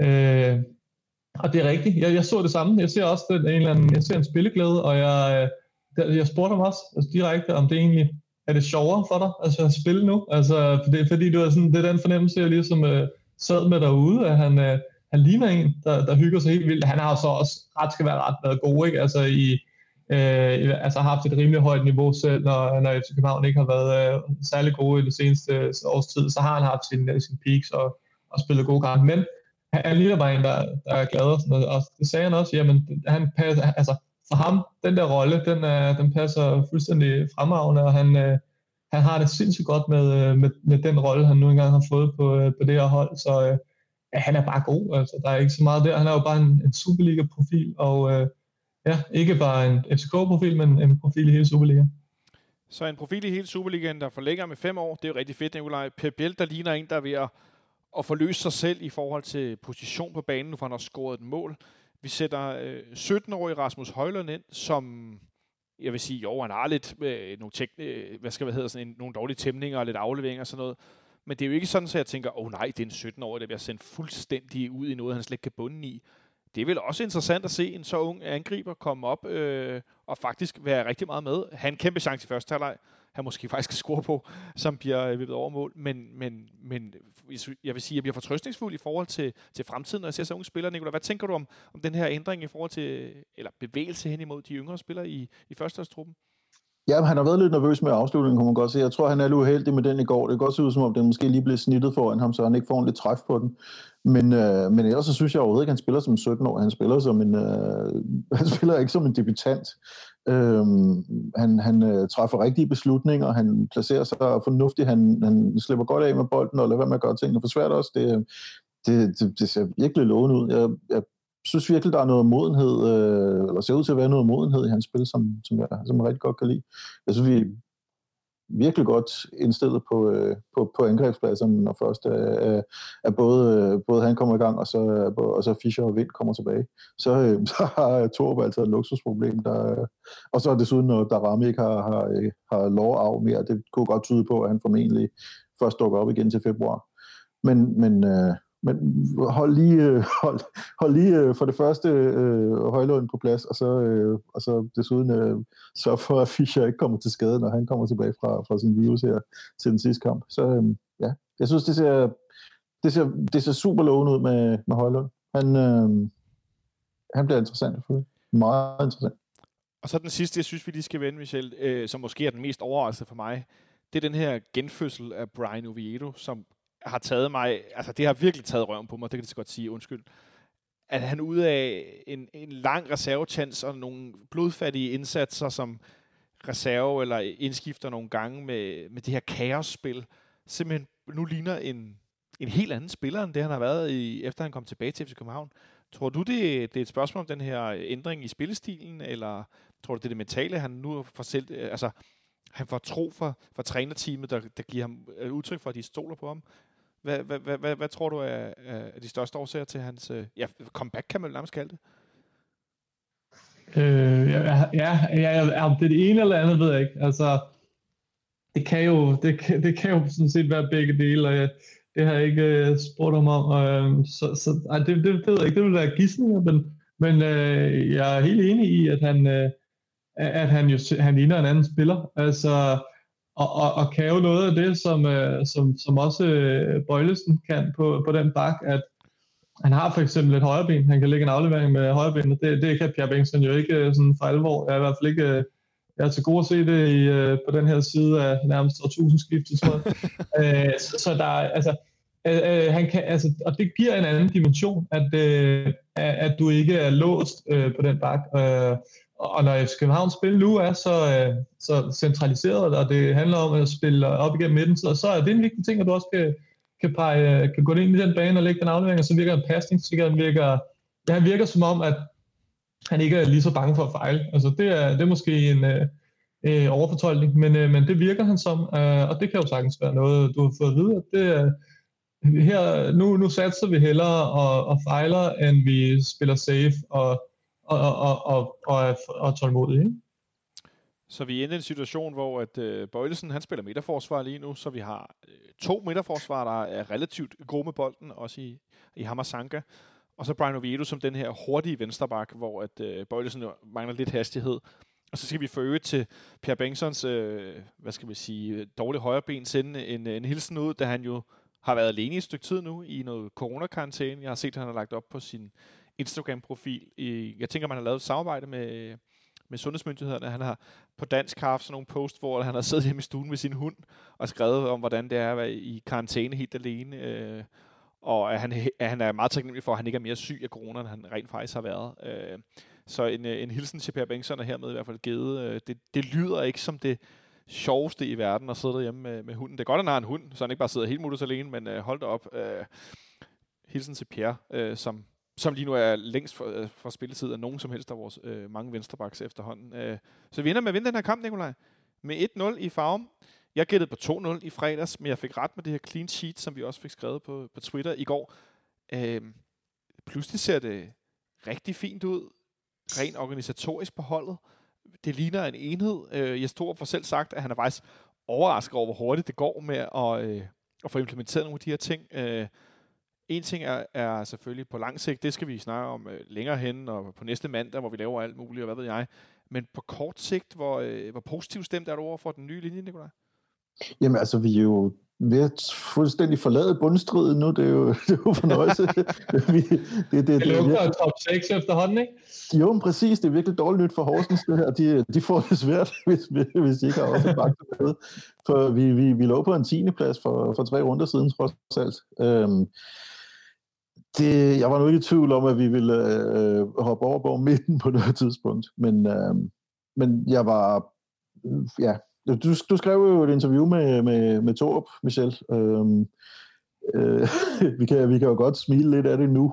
Og det er rigtigt. Jeg så det samme. Jeg ser også jeg ser en spilleglæde, og jeg spurgte ham også direkte, om det egentlig er det sjovere for dig at spille nu. Altså, fordi det er den fornemmelse, jeg ligesom sad med derude, at han ligner en, der hygger sig helt vildt. Han har så også skal være ret været god, ikke? Altså har haft et rimelig højt niveau selv, når FC København ikke har været særlig gode i det seneste års tid, så har han haft sin peaks og spillet gode kampe. Men han ligner bare en, der er glad, og det sagde han også, jamen han passer, altså for ham, den der rolle, den passer fuldstændig fremragende, og han har det sindssygt godt med den rolle, han nu engang har fået på det her hold, så han er bare god, altså der er ikke så meget der, han er jo bare en Superliga-profil, og ikke bare en FCK-profil, men en profil i hele Superliga. Så en profil i hele Superligaen, der forlænger med 5 år, det er jo rigtig fedt, Nikolaj. Pep Biel, der ligner en, der er ved at forløse sig selv i forhold til position på banen, nu for han har scoret et mål. Vi sætter 17-årige Rasmus Højlund ind, som jeg vil sige, jo, han har lidt nogle dårlige tæmninger og lidt afleveringer og sådan noget. Men det er jo ikke sådan, så jeg tænker, nej, det er en 17-årig, der bliver sendt fuldstændig ud i noget, han slet ikke kan bunde i. Det er vel også interessant at se en så ung angriber komme op og faktisk være rigtig meget med. Han en kæmpe chance i første halvleg, han måske faktisk kan score på, som bliver vippet over mål. Men jeg vil sige, at jeg bliver fortrøstningsfuld i forhold til fremtiden, når jeg ser så unge spillere. Nicolai, hvad tænker du om den her ændring i forhold til, eller bevægelse hen imod de yngre spillere i førsteholdstruppen? Ja, han har været lidt nervøs med afslutningen, kunne man godt se. Jeg tror, han er lidt uheldig med den i går. Det kan godt se ud, som om den måske lige blev snittet foran ham, så han ikke får en lidt træf på den. Men ellers så synes jeg overhovedet ikke, han spiller som 17-år. Han spiller han spiller ikke som en debutant. Han træffer rigtige beslutninger, han placerer sig fornuftigt, han slipper godt af med bolden, og lader være med at gøre tingene for svært også. Det ser virkelig lovende ud. synes virkelig, der er noget modenhed, eller ser ud til at være noget modenhed i hans spil, som jeg rigtig godt kan lide. Jeg synes, vi er virkelig godt indstillet på angrebspladserne, når først er både han kommer i gang, og så Fischer og Vind kommer tilbage. Så har Thorup altså et luksusproblem. Og så desuden, når Darami ikke har lov af mere, det kunne godt tyde på, at han formentlig først dukker op igen til februar. Men hold lige for det første Højlund på plads, og så desuden sørge for, at Fischer ikke kommer til skade, når han kommer tilbage fra sin virus her til den sidste kamp. Så ja, jeg synes, det ser super lovende ud med Højlund. Han bliver interessant, selvfølgelig. Meget interessant. Og så den sidste, jeg synes, vi lige skal vende, Michel, som måske er den mest overraskende for mig, det er den her genfødsel af Brian Oviedo, som har taget mig, altså det har virkelig taget røven på mig, det kan jeg så godt sige, undskyld, at han ud af en lang reservechance og nogle blodfattige indsatser som reserve eller indskifter nogle gange med det her kaosspil, simpelthen nu ligner en helt anden spiller, end det han har været efter han kom tilbage til FC København. Tror du, det er et spørgsmål om den her ændring i spillestilen, eller tror du, det er det mentale, han nu får selv, altså han får tro for trænerteamet, der giver ham udtryk for, at de stoler på ham? Hvad tror du er de største årsager til hans comeback, kan man nærmest kalde det? Det er det ene eller andet, ved jeg ikke. Altså, det kan jo sådan set være begge dele, og det har jeg ikke spurgt ham om. Det ved jeg ikke, det vil være gidsninger, men jeg er helt enig i, at han ligner en anden spiller. Altså, og kan jo noget af det, som også Bøjlesen kan på den bak, at han har for eksempel et højreben, han kan lægge en aflevering med højreben, det kan Pierre Bengtsson jo ikke sådan for alvor. Jeg er i hvert fald ikke, jeg er til god at se det på den her side af nærmest årtusindskiftet, tror jeg. Så der er, altså, han kan, altså, og det giver en anden dimension, at du ikke er låst på den bak. Og når FC Københavns spil nu er så centraliseret, og det handler om at spille op igennem midten, så er det en vigtig ting, at du også kan gå ind i den bane og lægge den aflevering, og så virker en pasning, han virker som om, at han ikke er lige så bange for at fejle. Altså det er måske en overfortolkning, men det virker han som, og det kan jo sagtens være noget, du har fået at vide, at det er her, nu satser vi hellere og fejler, end vi spiller safe og tålmodig, ikke? Så vi er inde i en situation, hvor at Bøjlesen, han spiller midterforsvar lige nu, så vi har 2 midterforsvar, der er relativt gode med bolden, også i Hammer-Sanka. Og så Brian Oviedo som den her hurtige venstreback, hvor at Bøjlesen mangler lidt hastighed. Og så skal vi få øget til Pierre Bengtssons, dårlige højreben, sende en hilsen ud, da han jo har været alene i et stykke tid nu i noget coronakarantæne. Jeg har set, at han har lagt op på sin Instagram-profil. Jeg tænker, man har lavet et samarbejde med sundhedsmyndighederne. Han har på dansk haft sådan nogle post, hvor han har siddet hjemme i stuen med sin hund og skrevet om, hvordan det er at være i karantæne helt alene. Og at han er meget taknemmelig for, at han ikke er mere syg af corona, end han rent faktisk har været. Så en hilsen til Per Bengtsson er hermed i hvert fald givet. Det lyder ikke som det sjoveste i verden at sidde derhjemme med hunden. Det er godt, at han har en hund, så han ikke bare sidder helt mutters alene, men hold da op. Hilsen til Pierre, som lige nu er længst for spilletid af nogen som helst af vores mange venstrebacks efterhånden. Så vi ender med at vinde den her kamp, Nikolaj, med 1-0 i Farum. Jeg gættede på 2-0 i fredags, men jeg fik ret med det her clean sheet, som vi også fik skrevet på Twitter i går. Pludselig ser det rigtig fint ud, rent organisatorisk på holdet. Det ligner en enhed. Jes Thorup får selv sagt, at han er faktisk overrasket over, hvor hurtigt det går med at få implementeret nogle af de her ting. En ting er selvfølgelig på lang sigt, det skal vi snakke om længere hen, og på næste mandag, hvor vi laver alt muligt, og hvad ved jeg. Men på kort sigt, hvor positivt stemt er du over for den nye linje, Nikolaj? Jamen altså, vi er jo ved at fuldstændig forlade bundstriden nu, det er jo fornøjelse. det lukker top 6 efterhånden, ikke? Jo, men præcis, det er virkelig dårligt nyt for Horsens, det her. De får det svært, hvis de ikke har også bagt med. For vi lå på en 10. plads for 3 runder siden, trods alt. Jeg var nu ikke i tvivl om, at vi ville hoppe over midten på noget tidspunkt, men jeg var, Du skrev jo et interview med Thorup, Michel. vi kan jo godt smile lidt af det nu,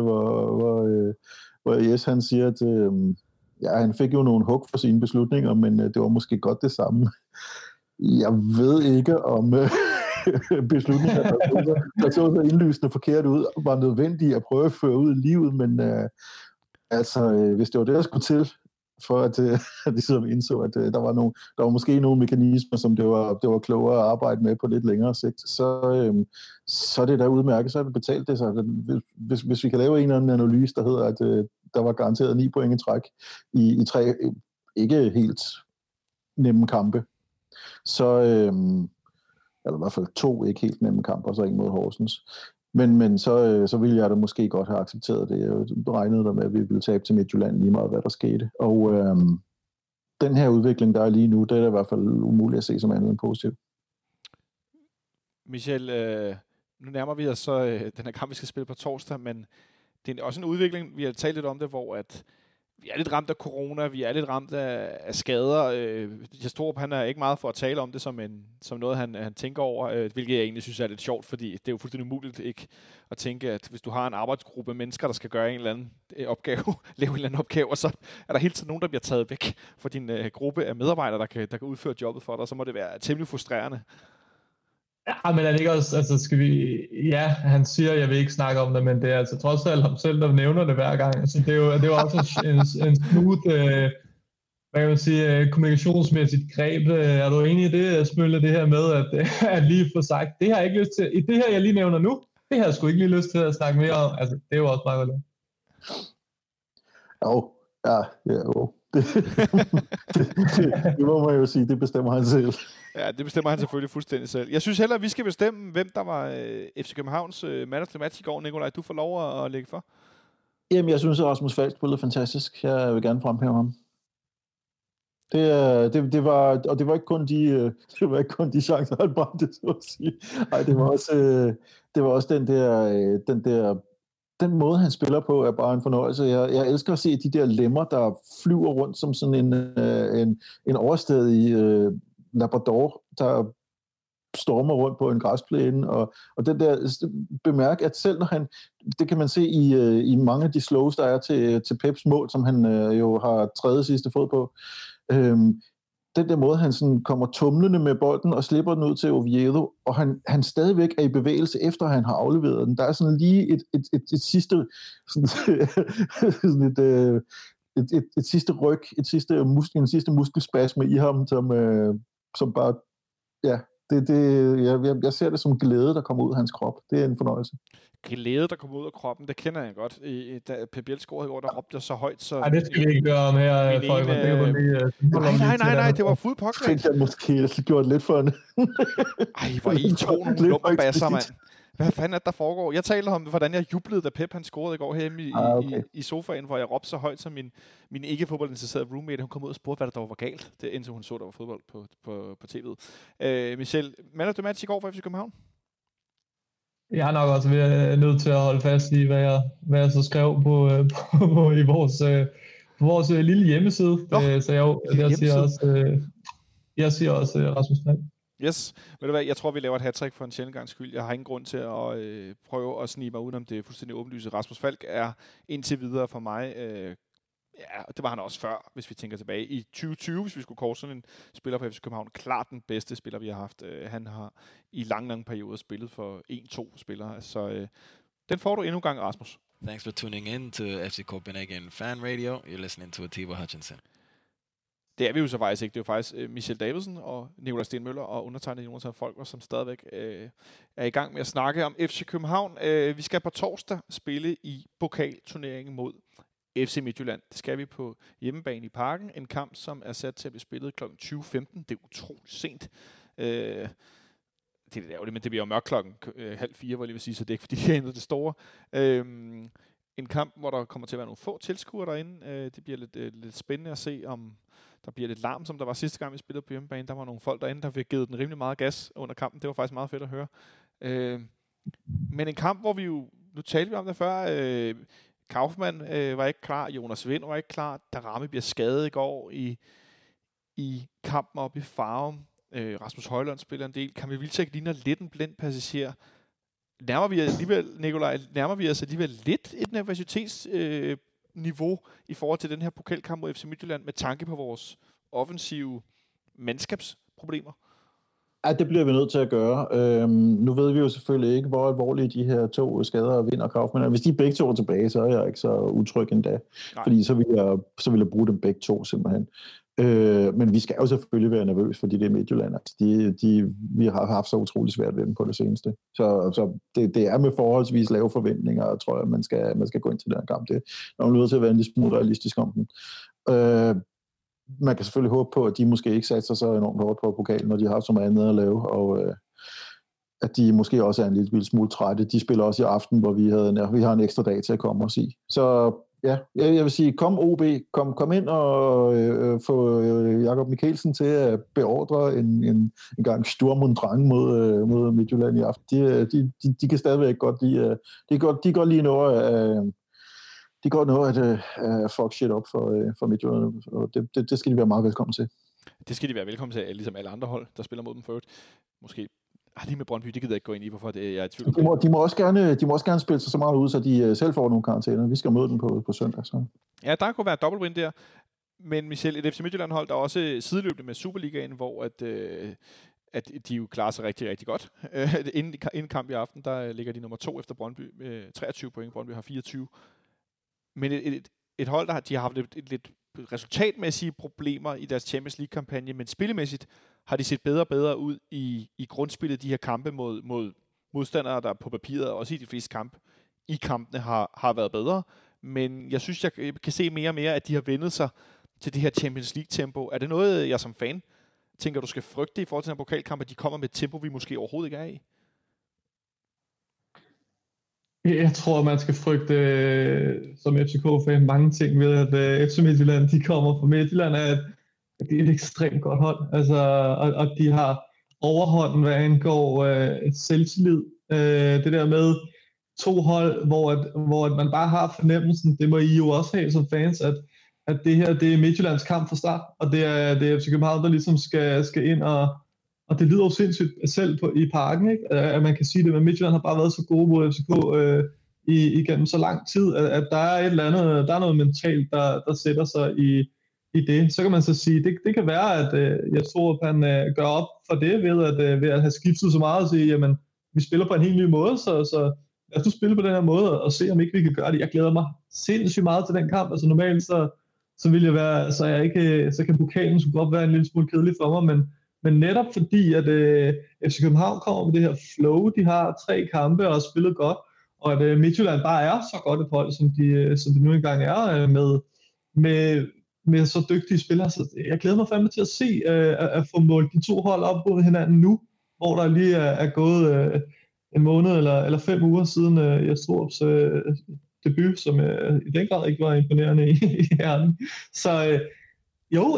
hvor Jes han siger, at han fik jo nogle hug for sine beslutninger, men det var måske godt det samme. Jeg ved ikke, om beslutninger, der så indlysende forkert ud, var nødvendige at prøve at føre ud i livet, men hvis det var det, der skulle til, for at ligesom indså, at der var måske nogle mekanismer, som det var klogere at arbejde med på lidt længere sigt, så er det da udmærket, så er det betalt det sig. Hvis vi kan lave en eller anden analyse, der hedder, at der var garanteret 9 point i træk i 3 ikke helt nemme kampe, så eller i hvert fald 2 ikke helt nemme kampe, og så en mod Horsens. Men så ville jeg da måske godt have accepteret det. Jeg regnede der med, at vi ville tabe til Midtjylland lige meget, hvad der skete. Og den her udvikling, der er lige nu, det er i hvert fald umuligt at se som andet end positivt. Michel, nu nærmer vi os så den her kamp, vi skal spille på torsdag, men det er også en udvikling, vi har talt lidt om det, hvor at vi er lidt ramt af corona, vi er lidt ramt af skader. Jastrup, han er ikke meget for at tale om det som noget, han tænker over, hvilket jeg egentlig synes er lidt sjovt, fordi det er jo fuldstændig umuligt ikke at tænke, at hvis du har en arbejdsgruppe mennesker, der skal gøre en eller anden opgave, lave en eller anden opgave, og så er der hele tiden nogen, der bliver taget væk fra din gruppe af medarbejdere, der kan udføre jobbet for dig, så må det være temmelig frustrerende. Ja, men er det ikke også, altså han siger, jeg vil ikke snakke om det, men det er altså trods alt ham selv, der nævner det hver gang. Altså det er jo også en smooth, hvad kan man sige, kommunikationsmæssigt greb. Er du enig i det, Smølle, det her med, at lige få sagt, det har jeg ikke lyst til, i det her, jeg lige nævner nu, det har jeg sgu ikke lige lyst til at snakke mere om. Altså, det er jo også meget godt. Det må man jo sige, det bestemmer han selv. Ja, det bestemmer han selvfølgelig fuldstændig selv. Jeg synes heller, at vi skal bestemme, hvem der var FC Københavns man of the match i går. Nikolaj, du får lov at lægge for. Jamen, jeg synes, at Rasmus Falk spillede fantastisk. Jeg vil gerne fremhæve ham. Det var ikke kun de chancer, han brændte, så at sige. Ej, det var også den måde, han spiller på, er bare en fornøjelse. Jeg elsker at se de der lemmer, der flyver rundt som sådan en overstedig labrador, der stormer rundt på en græsplæne, og den der bemærk, at selv når han, det kan man se i mange af de slows, der er til Peps mål, som han jo har tredje sidste fod på, den der måde, han sådan kommer tumlende med bolden og slipper den ud til Oviedo, og han stadigvæk er i bevægelse, efter han har afleveret den. Der er sådan lige et sidste et sidste ryg, en sidste muskelspasme i ham, som bare, ja, jeg ser det som glæde, der kommer ud af hans krop. Det er en fornøjelse. Glæde, der kommer ud af kroppen, det kender jeg godt. Da Pep Biel scorede i går, der råbte jeg så højt, så... Nej, det skal vi ikke gøre om her, Nej, det var fuld påklædt. Jeg måske gjort lidt for en... Ej, hvor I to nogle lumperbasser, mand. Hvad fanden er det, der foregår? Jeg talte om, hvordan jeg jublede, da Pep han scorede i går hjemme i sofaen, hvor jeg råbte så højt, som min ikke-fodboldinteresserede roommate, hun kom ud og spurgte, hvad der var galt, indtil hun så, der var fodbold på tv'et. Michel, man of the match i går for FC København? Jeg er nok også nødt til at holde fast i, hvad jeg så skrev på i vores lille hjemmeside. Så jeg siger også Rasmus Falk. Yes. Ved du hvad, jeg tror, vi laver et hat-trick for en sjældent gangs skyld. Jeg har ingen grund til at prøve at snige mig udenom det fuldstændig åbenlyse. Rasmus Falk er indtil videre for mig, ja, det var han også før, hvis vi tænker tilbage. I 2020, hvis vi skulle kåre sådan en spiller for FC København, klart den bedste spiller, vi har haft. Han har i lange perioder spillet for 1-2 spillere. Så den får du endnu en gang, Rasmus. Thanks for tuning in to FC Copenhagen Fan Radio. You're listening to Atiba Hutchinson. Det er vi jo så faktisk ikke. Det er jo faktisk Michel Davidsen og Nikolaj Stenmøller og undertegnet Jonas Folker, som stadigvæk er i gang med at snakke om FC København. Vi skal på torsdag spille i pokalturneringen mod FC Midtjylland. Det skal vi på hjemmebane i Parken. En kamp, som er sat til at blive spillet kl. 20.15. Det er utroligt sent. Det er lidt ærgerligt, men det bliver jo mørkt klokken 3:30, hvor jeg lige vil sige, så det er ikke fordi, de har ændret det store. En kamp, hvor der kommer til at være nogle få tilskuere derinde. Det bliver lidt spændende at se, om der bliver lidt larm, som der var sidste gang, vi spillede på hjemmebane. Der var nogle folk derinde, der fik givet den rimelig meget gas under kampen. Det var faktisk meget fedt at høre. Men en kamp, hvor vi jo, nu talte vi om det før, Kaufmann var ikke klar, Jonas Vind var ikke klar, Darami bliver skadet i går i kampen op i Farum. Rasmus Højlund spiller en del. Kamil Vilcek ligner lidt en blind passager. nærmer vi os alligevel lidt et nervøsitetsniveau i forhold til den her pokalkamp mod FC Midtjylland, med tanke på vores offensive mandskabsproblemer? Ja, det bliver vi nødt til at gøre. Nu ved vi jo selvfølgelig ikke, hvor alvorlige de her 2 skader og Vind og Kaufmann er. Hvis de begge 2 er tilbage, så er jeg ikke så utryg endda. Nej. Fordi så vil jeg bruge dem begge 2 simpelthen. Men vi skal jo selvfølgelig være nervøse, fordi det er Midtjylland. Altså, vi har haft så utrolig svært ved dem på det seneste. Så det er med forholdsvis lave forventninger, tror jeg, man skal gå ind til den her kamp. Det er nødt til at være en lille smule realistisk om den. Man kan selvfølgelig håbe på, at de måske ikke satser så enormt hårdt på pokalen, når de har så meget andet at lave, og at de måske også er en lille smule trætte. De spiller også i aften, hvor vi har en ekstra dag til at komme og sige. Så ja, jeg vil sige, kom OB, kom ind og få Jakob Mikkelsen til at beordre en gang Sturm und Drang mod Midtjylland i aften. De kan stadigvæk godt lide, de kan godt lide noget af de går noget at fuck shit op for Midtjylland, og det skal de være meget velkommen til. Det skal de være velkommen til, ligesom alle andre hold, der spiller mod dem før. Måske lige med Brøndby, det gider jeg ikke gå ind i, hvorfor det er jeg i tvivl om. De må også gerne spille sig så meget ud, så de selv får nogle karantæner. Vi skal møde dem på søndag. Så. Ja, der kunne være dobbeltwin der. Men Michel, et FC Midtjylland-hold, der er også sideløbende med Superligaen, hvor at de jo klarer sig rigtig, rigtig godt. Inden kamp i aften, der ligger de nummer 2 efter Brøndby med 23 point. Brøndby har 24. Men et hold, de har haft lidt resultatmæssige problemer i deres Champions League-kampagne, men spillemæssigt har de set bedre og bedre ud i grundspillet, de her kampe mod modstandere, der på papiret, også i de fleste kampe, i kampene har været bedre. Men jeg synes, jeg kan se mere og mere, at de har vendet sig til det her Champions League-tempo. Er det noget, jeg som fan tænker, du skal frygte i forhold til den her pokalkamp, at de kommer med et tempo, vi måske overhovedet ikke er i? Jeg tror, man skal frygte som FCK-fan mange ting ved, at FC Midtjylland, de kommer fra Midtjylland, at det er et ekstremt godt hold. Altså, og de har overhånden, hvad angår selvtillid. Det der med 2 hold, hvor man bare har fornemmelsen, det må I jo også have som fans, at det her, det er Midtjyllands kamp fra start, og det er FC København, der ligesom skal ind og det lyder jo sindssygt selv i parken, ikke? At man kan sige det, men Midtjylland har bare været så gode mod FCK igennem så lang tid, at der er et eller andet, der er noget mentalt, der sætter sig i det. Så kan man så sige, det kan være, at jeg tror, at han gør op for det ved at have skiftet så meget og sige, jamen, vi spiller på en helt ny måde, så lad os nu spille på den her måde og se, om ikke vi kan gøre det. Jeg glæder mig sindssygt meget til den kamp. Altså normalt, så vil jeg være, så kan pokalen så godt være en lille smule kedelig for mig, men netop fordi, at FC København kommer med det her flow, de har 3 kampe og har spillet godt, og at Midtjylland bare er så godt et hold, som de nu engang er, med så dygtige spillere. Så jeg glæder mig fandme til at se, at få målt de 2 hold op mod hinanden nu, hvor der lige er gået en måned eller 5 uger siden Jesdrups debut, som i den grad ikke var imponerende i Herning. Så jo,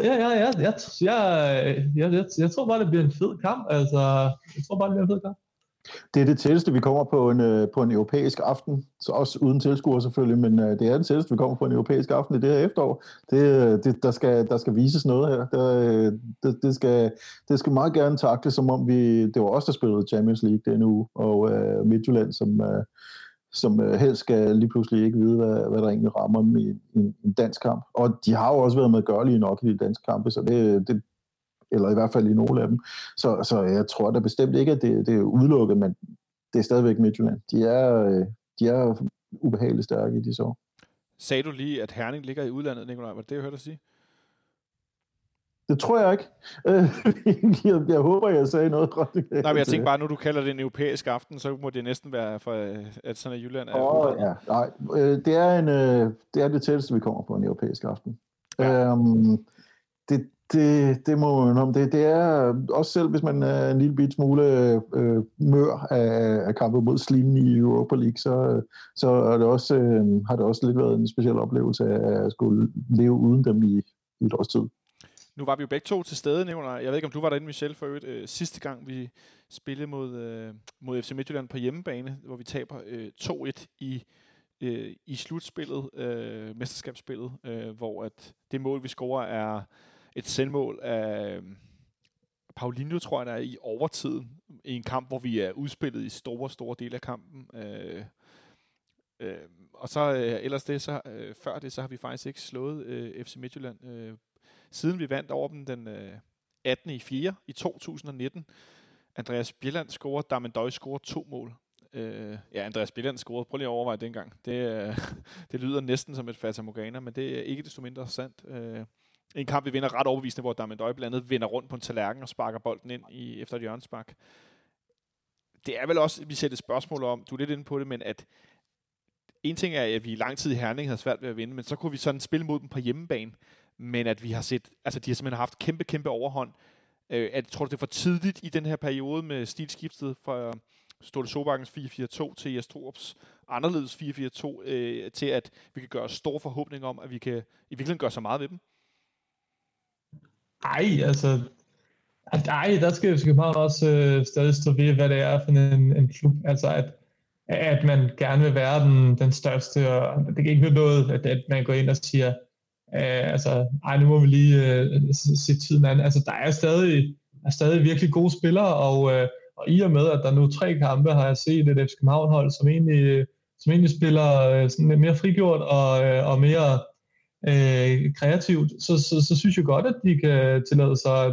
jeg tror bare, det bliver en fed kamp. Altså, jeg tror bare, det bliver en fed kamp. Det er det tætteste, vi kommer på en europæisk aften. Så også uden tilskuere selvfølgelig, men det er det tætteste, vi kommer på en europæisk aften i det her efterår. Der skal vises noget her. Det skal meget gerne takles, som om det var os, der spillede Champions League denne uge, og Midtjylland, som helst skal lige pludselig ikke vide, hvad der egentlig rammer dem i en dansk kamp. Og de har jo også været medgørlige nok i de danske kampe, så det eller i hvert fald i nogle af dem. Så jeg tror da bestemt ikke, at det er udelukket, men det er stadigvæk Midtjylland. De er ubehageligt stærke i de så. Sagde du lige, at Herning ligger i udlandet, Nikolaj? Var det jeg hørte dig sige? Det tror jeg ikke. Jeg håber, jeg sagde noget godt. Nej, men jeg tænker bare, nu du kalder det en europæisk aften, så må det næsten være for, at sådan en Jylland er... Ja. Nej, det er det tætteste, vi kommer på en europæisk aften. Ja. Det må man om. Det er også selv, hvis man er en lille bit smule mør af kampen mod Slim i Europa League, så er det også, har det også lidt været en speciel oplevelse at skulle leve uden dem i et års tid. Nu var vi jo begge 2 til stede, nævner. Jeg ved ikke, om du var derinde, Michel, for øvrigt. Sidste gang, vi spillede mod FC Midtjylland på hjemmebane, hvor vi taber 2-1 i slutspillet, mesterskabsspillet, hvor at det mål, vi scorer, er et selvmål af Paulinho, tror jeg, der er i overtiden, i en kamp, hvor vi er udspillet i store dele af kampen. Og så ellers det, så før det, så har vi faktisk ikke slået FC Midtjylland. Siden vi vandt over dem den 18.4. i 2019. Andreas Bjelland scorer, Darmen Døj scorer 2 mål. Andreas Bjelland scorede. Prøv lige at overveje det engang. Det lyder næsten som et Fata Morgana, men det er ikke desto mindre sandt. En kamp, vi vinder ret overbevisende, hvor Darmen Døj blandt andet vender rundt på en tallerken og sparker bolden ind efter et hjørnespark. Det er vel også, vi sætter et spørgsmål om, du er lidt inde på det, men at en ting er, at vi i lang tid i Herning havde svært ved at vinde, men så kunne vi sådan spille mod dem på hjemmebane, men at vi har set, altså de har simpelthen haft kæmpe overhånd. Tror du, det er for tidligt i den her periode med stilskiftet fra Ståle Sobakkens 4-4-2 til Jes Torups anderledes 4-4-2, til at vi kan gøre os store forhåbninger om, at vi kan i virkeligheden gøre så meget ved dem? Der skal man også stadig stå ved, hvad det er for en klub. Altså, at man gerne vil være den største, og det kan ikke være noget, at man går ind og siger, nu må vi lige se tiden an. Altså, der er stadig virkelig gode spillere, og i og med, at der nu 3 kampe, har jeg set et FC København-hold, som egentlig spiller sådan mere frigjort og mere kreativt, så synes jeg godt, at de kan tillade sig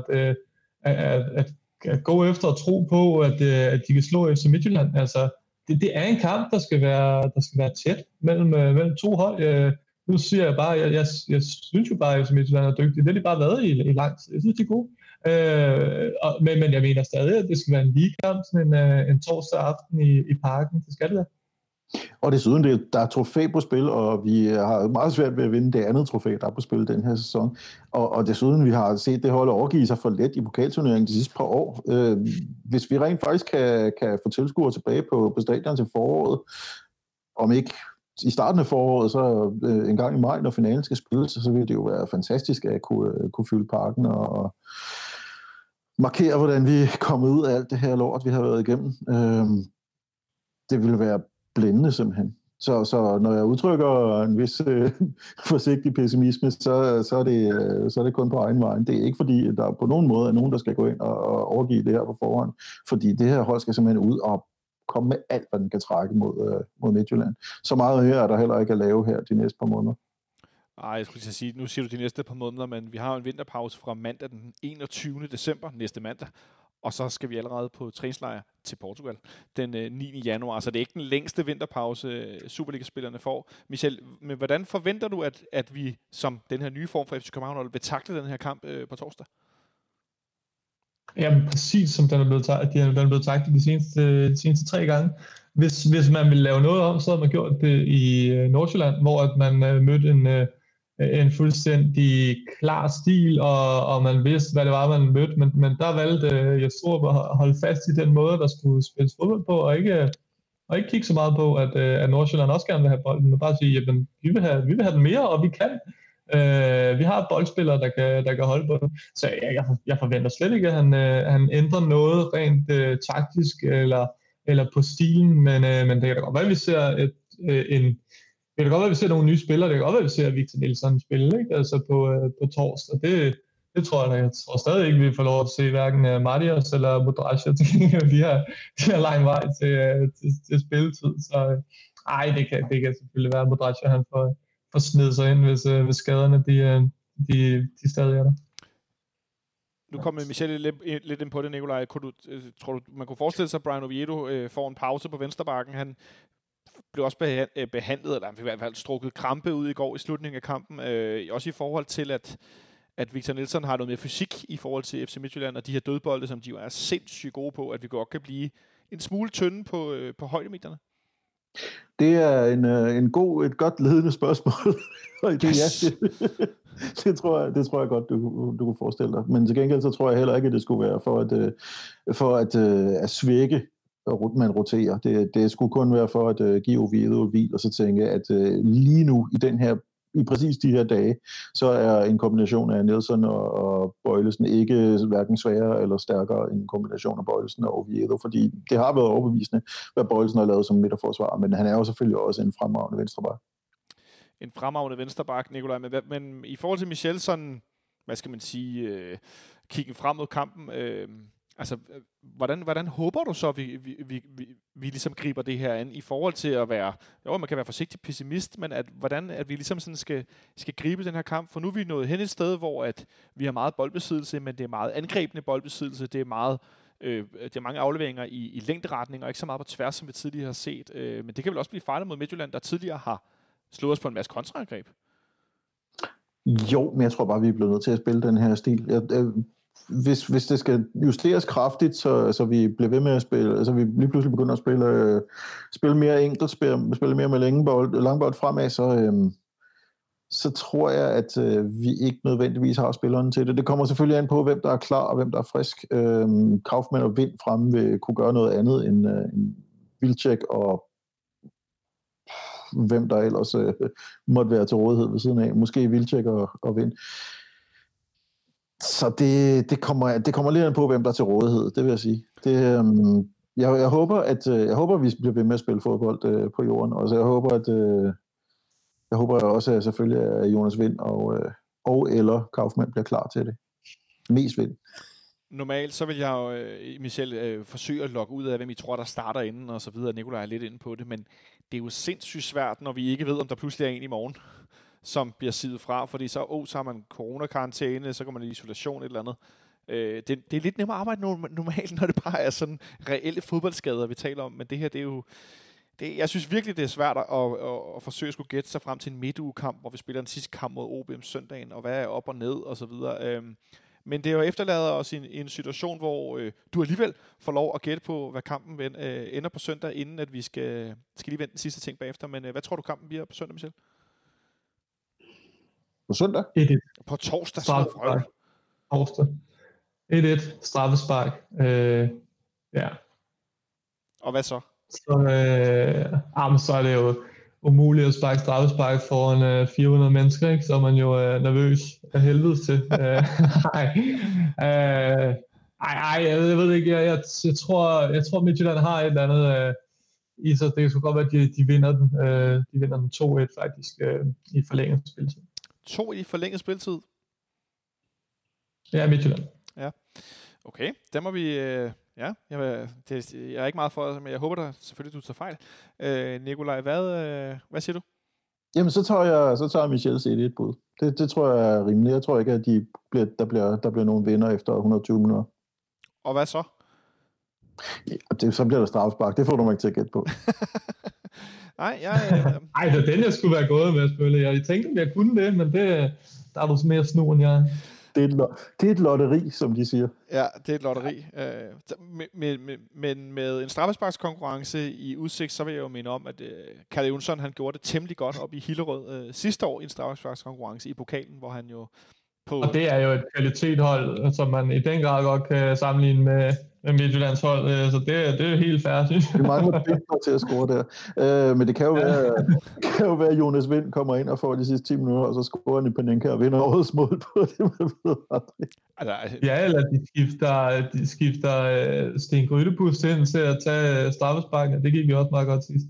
at gå efter og tro på, at de kan slå FC Midtjylland. Altså, det er en kamp, der skal være tæt mellem 2 hold. Nu siger jeg bare, jeg synes jo bare, at FC Midtjylland er dygtige. Det har de bare været i lang tid. Jeg synes, de er gode. Men jeg mener stadig, at det skal være en ligekamp, sådan en torsdag aften i parken. Det skal det være. Og desuden, der er trofæ på spil, og vi har meget svært ved at vinde det andet trofæ, der er på spil den her sæson. Og desuden, vi har set det hold overgive sig for let i pokalturneringen de sidste par år. Hvis vi rent faktisk kan få tilskuere tilbage på stadion til foråret, om ikke i starten af foråret, så en gang i maj, når finalen skal spilles, så vil det jo være fantastisk at kunne fylde parken og markere, hvordan vi er kommet ud af alt det her lort, vi har været igennem. Det ville være blændende simpelthen. Så når jeg udtrykker en vis forsigtig pessimisme, så er det kun på egen vej. Det er ikke fordi, der på nogen måde er nogen, der skal gå ind og overgive det her på forhånd, fordi det her hold skal simpelthen ud og komme med alt, hvad den kan trække mod Midtjylland. Så meget her er der heller ikke at lave her de næste par måneder. Jeg skulle sige, nu siger du de næste par måneder, men vi har jo en vinterpause fra mandag den 21. december, næste mandag, og så skal vi allerede på træningslejr til Portugal den 9. januar. Så det er ikke den længste vinterpause, Superliga-spillerne får. Michel, men hvordan forventer du, at vi som den her nye form for FC København vil takle den her kamp på torsdag? Jamen præcis som den er blevet taklet de seneste 3 gange. Hvis man vil lave noget om, så havde man gjort det i Nordsjælland, hvor at man mødte en fuldstændig klar stil, og man vidste, hvad det var, man mødte. Men der valgte Jes Torup at holde fast i den måde, der skulle spilles fodbold på, og ikke kigge så meget på, at Nordsjælland også gerne vil have bolden, men bare sige, at vi vil have den mere, og vi kan. Vi har boldspillere, der kan holde på det. Så jeg forventer slet ikke, at han ændrer noget rent taktisk eller på stilen, men det kan da godt være, at vi ser det kan godt være, at vi ser nogle nye spillere. Det kan godt være, at vi ser Victor Nilsson spille, ikke? Altså på torsdag. Det tror jeg stadig ikke, vi får lov at se hverken Marius eller Modrasja. De har lang vej til spilletid. Så det kan selvfølgelig være, at Modrasja han får snedet sig ind, hvis skaderne de stadig er der. Nu kommer Michel lidt ind på det, Nikolaj. Tror du, man kunne forestille sig, at Brian Oviedo får en pause på venstrebakken? Han blev også behandlet, eller han fik i hvert fald strukket krampe ud i går i slutningen af kampen. Også i forhold til, at Victor Nilsson har noget mere fysik i forhold til FC Midtjylland, og de her dødbolde, som de jo er sindssygt gode på, at vi godt kan blive en smule tynde på højdemeterne. Det er et godt ledende spørgsmål. Det tror jeg godt, du kunne forestille dig. Men til gengæld så tror jeg heller ikke, at det skulle være for at svække, man roterer. Det skulle kun være for at give Oviedo et hvil, og så tænke, at lige nu i præcis de her dage, så er en kombination af Nielsen og Bøjlesen ikke hverken sværere eller stærkere end en kombination af Bøjlesen og Oviedo, fordi det har været overbevisende, hvad Bøjlesen har lavet som midterforsvar, men han er jo selvfølgelig også en fremragende venstreback. En fremragende venstreback, Nikolaj, men i forhold til Michel, sådan, hvad skal man sige, kiggen frem mod kampen, Altså, hvordan håber du så, vi ligesom griber det her an i forhold til at være, jo, man kan være forsigtig pessimist, men hvordan vi ligesom sådan skal gribe den her kamp, for nu er vi nået hen et sted, hvor at vi har meget boldbesiddelse, men det er meget angrebende boldbesiddelse, det er meget, det er mange afleveringer i længderetning, og ikke så meget på tværs, som vi tidligere har set, men det kan vel også blive farligt mod Midtjylland, der tidligere har slået os på en masse kontraangreb. Jo, men jeg tror bare, vi er blevet nødt til at spille den her stil. Hvis det skal justeres kraftigt, så vi bliver ved med at spille, altså vi lige pludselig begynder at spille mere enkelt, spille mere med langbold fremad, så tror jeg, at vi ikke nødvendigvis har spillerne til det. Det kommer selvfølgelig an på, hvem der er klar og hvem der er frisk. Kaufmann og Vind fremme vil kunne gøre noget andet end Wilczek og hvem der ellers måtte være til rådighed ved siden af. Måske Wilczek og Vind. Så det kommer lidt an på, hvem der er til rådighed, det vil jeg sige. Jeg håber, vi bliver ved med at spille fodbold på jorden. Og så jeg håber også, at selvfølgelig at Jonas Vind og eller Kaufmann bliver klar til det. Mest Vind. Normalt så vil jeg jo, Michel, forsøge at logge ud af, hvem I tror, der starter inden, og så videre. Nikolaj er lidt inde på det, men det er jo sindssygt svært, når vi ikke ved, om der pludselig er en i morgen, som bliver sidet fra, fordi så har man coronakarantæne, så går man i isolation, et eller andet. Det er lidt nemmere at arbejde normalt, når det bare er sådan reelle fodboldskader, vi taler om, men det her, det er jo... jeg synes virkelig, det er svært at forsøge at skulle gætte sig frem til en midtugekamp, hvor vi spiller den sidste kamp mod OB om søndagen, og hvad er op og ned, og så videre. Men det er jo efterlader os i en situation, hvor du alligevel får lov at gætte på, hvad kampen ender på søndag, inden at vi skal lige vente den sidste ting bagefter. Men hvad tror du, kampen bliver på søndag, Michel? På søndag? 1-1. På torsdag? Torsdag. 1-1. Straffespark. Ja. Og hvad så? Så er det jo umuligt at sparke straffespark foran 400 mennesker, ikke? Så er man jo nervøs af helvede til. Jeg ved ikke. Jeg tror Midtjylland har et eller andet i sig. Det kan sgu godt være, at de vinder den. De vinder den 2-1 faktisk i forlænget spilletid. 2 i forlænget spilletid? Ja, Midtjylland. Ja. Okay, der må vi... Ja, jeg er ikke meget for, men jeg håber da selvfølgelig, du tager fejl. Nikolaj, hvad siger du? Jamen, så tager Michels 1-1-bud. Det tror jeg er rimeligt. Jeg tror ikke, at der bliver nogen vinder efter 120 minutter. Og hvad så? Ja, så bliver der straffespark. Det får du mig ikke til at gætte på. Nej, Ej, det er den, jeg skulle være gået med at spille. Jeg tænkte, at jeg kunne det, men der er du mere snu end jeg. Det er et lotteri, som de siger. Ja, det er et lotteri. Men med en straffesparkskonkurrence i udsigt, så vil jeg jo minde om, at Kalle Jonsson, han gjorde det temmelig godt op i Hillerød sidste år i en straffesparkskonkurrence i pokalen, hvor han jo på... Og det er jo et kvalitetshold, som man i den grad godt kan sammenligne med Midtjyllands hold, så det er helt fair, synes jeg. Det mangler bedre til at score der. Men det kan jo være, at Jonas Vind kommer ind og får de sidste 10 minutter, og så scorer han i Panenka og vinder årets mål på det, man ved aldrig. Ja, eller de skifter Sten Grydebus ind til at tage straffesparken, det gik jo også meget godt sidst.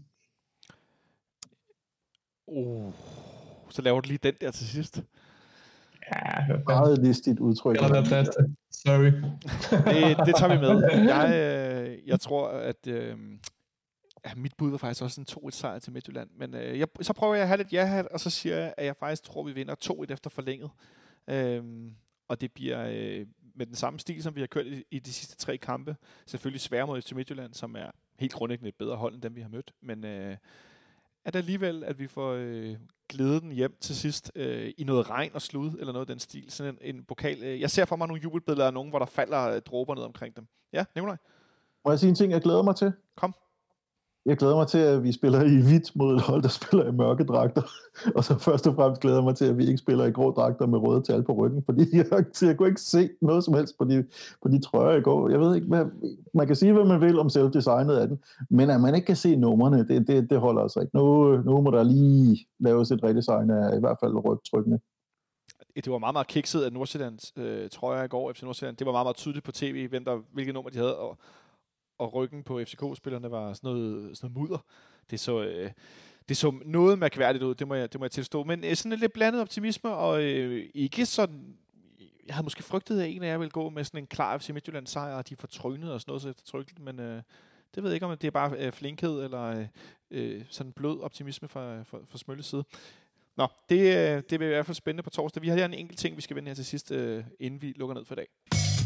Så laver du lige den der til sidst. Ja, meget listigt udtryk. Sorry. det tager vi med. Jeg tror, at mit bud var faktisk også en 2-1 sejr til Midtjylland. Men så prøver jeg at have lidt ja-hat, og så siger jeg, at jeg faktisk tror, vi vinder 2-1 efter forlænget. Og det bliver med den samme stil, som vi har kørt i de sidste 3 kampe. Selvfølgelig sværere mod FC Midtjylland, som er helt grundlæggende et bedre hold, end dem vi har mødt. Men at alligevel, at vi får glædet den hjem til sidst i noget regn og slud, eller noget af den stil. Sådan en pokal. Jeg ser for mig nogle jubelbilleder af nogen, hvor der falder dråber ned omkring dem. Ja, Nikolaj? Må jeg sige en ting, jeg glæder mig til? Kom. Jeg glæder mig til, at vi spiller i hvidt mod et hold, der spiller i mørke dragter. Og så først og fremmest glæder jeg mig til, at vi ikke spiller i grå dragter med røde tal på ryggen. Fordi jeg kunne ikke se noget som helst på de trøjer i går. Jeg ved ikke, man kan sige, hvad man vil om selve-designet af den. Men at man ikke kan se numrene, det holder altså ikke. Nu må der lige laves et redesign af i hvert fald rygtrykkene. Det var meget, meget kikset af Nordsjællands trøjer i går, FC Nordsjælland. Det var meget, meget tydeligt på tv, hvilket nummer de havde, og ryggen på FCK-spillerne var sådan noget mudder. Det så noget mærkværdigt ud, det må jeg tilstå. Men sådan en lidt blandet optimisme, og ikke sådan jeg havde måske frygtet, at en af jer ville gå med sådan en klar FC Midtjylland sejr, og de får trynet og sådan noget så eftertrykkeligt, men det ved jeg ikke, om det er bare flinkhed eller sådan blød optimisme fra Smølles side. Nå, det bliver i hvert fald spændende på torsdag. Vi har her en enkelt ting, vi skal vende her til sidst, inden vi lukker ned for i dag.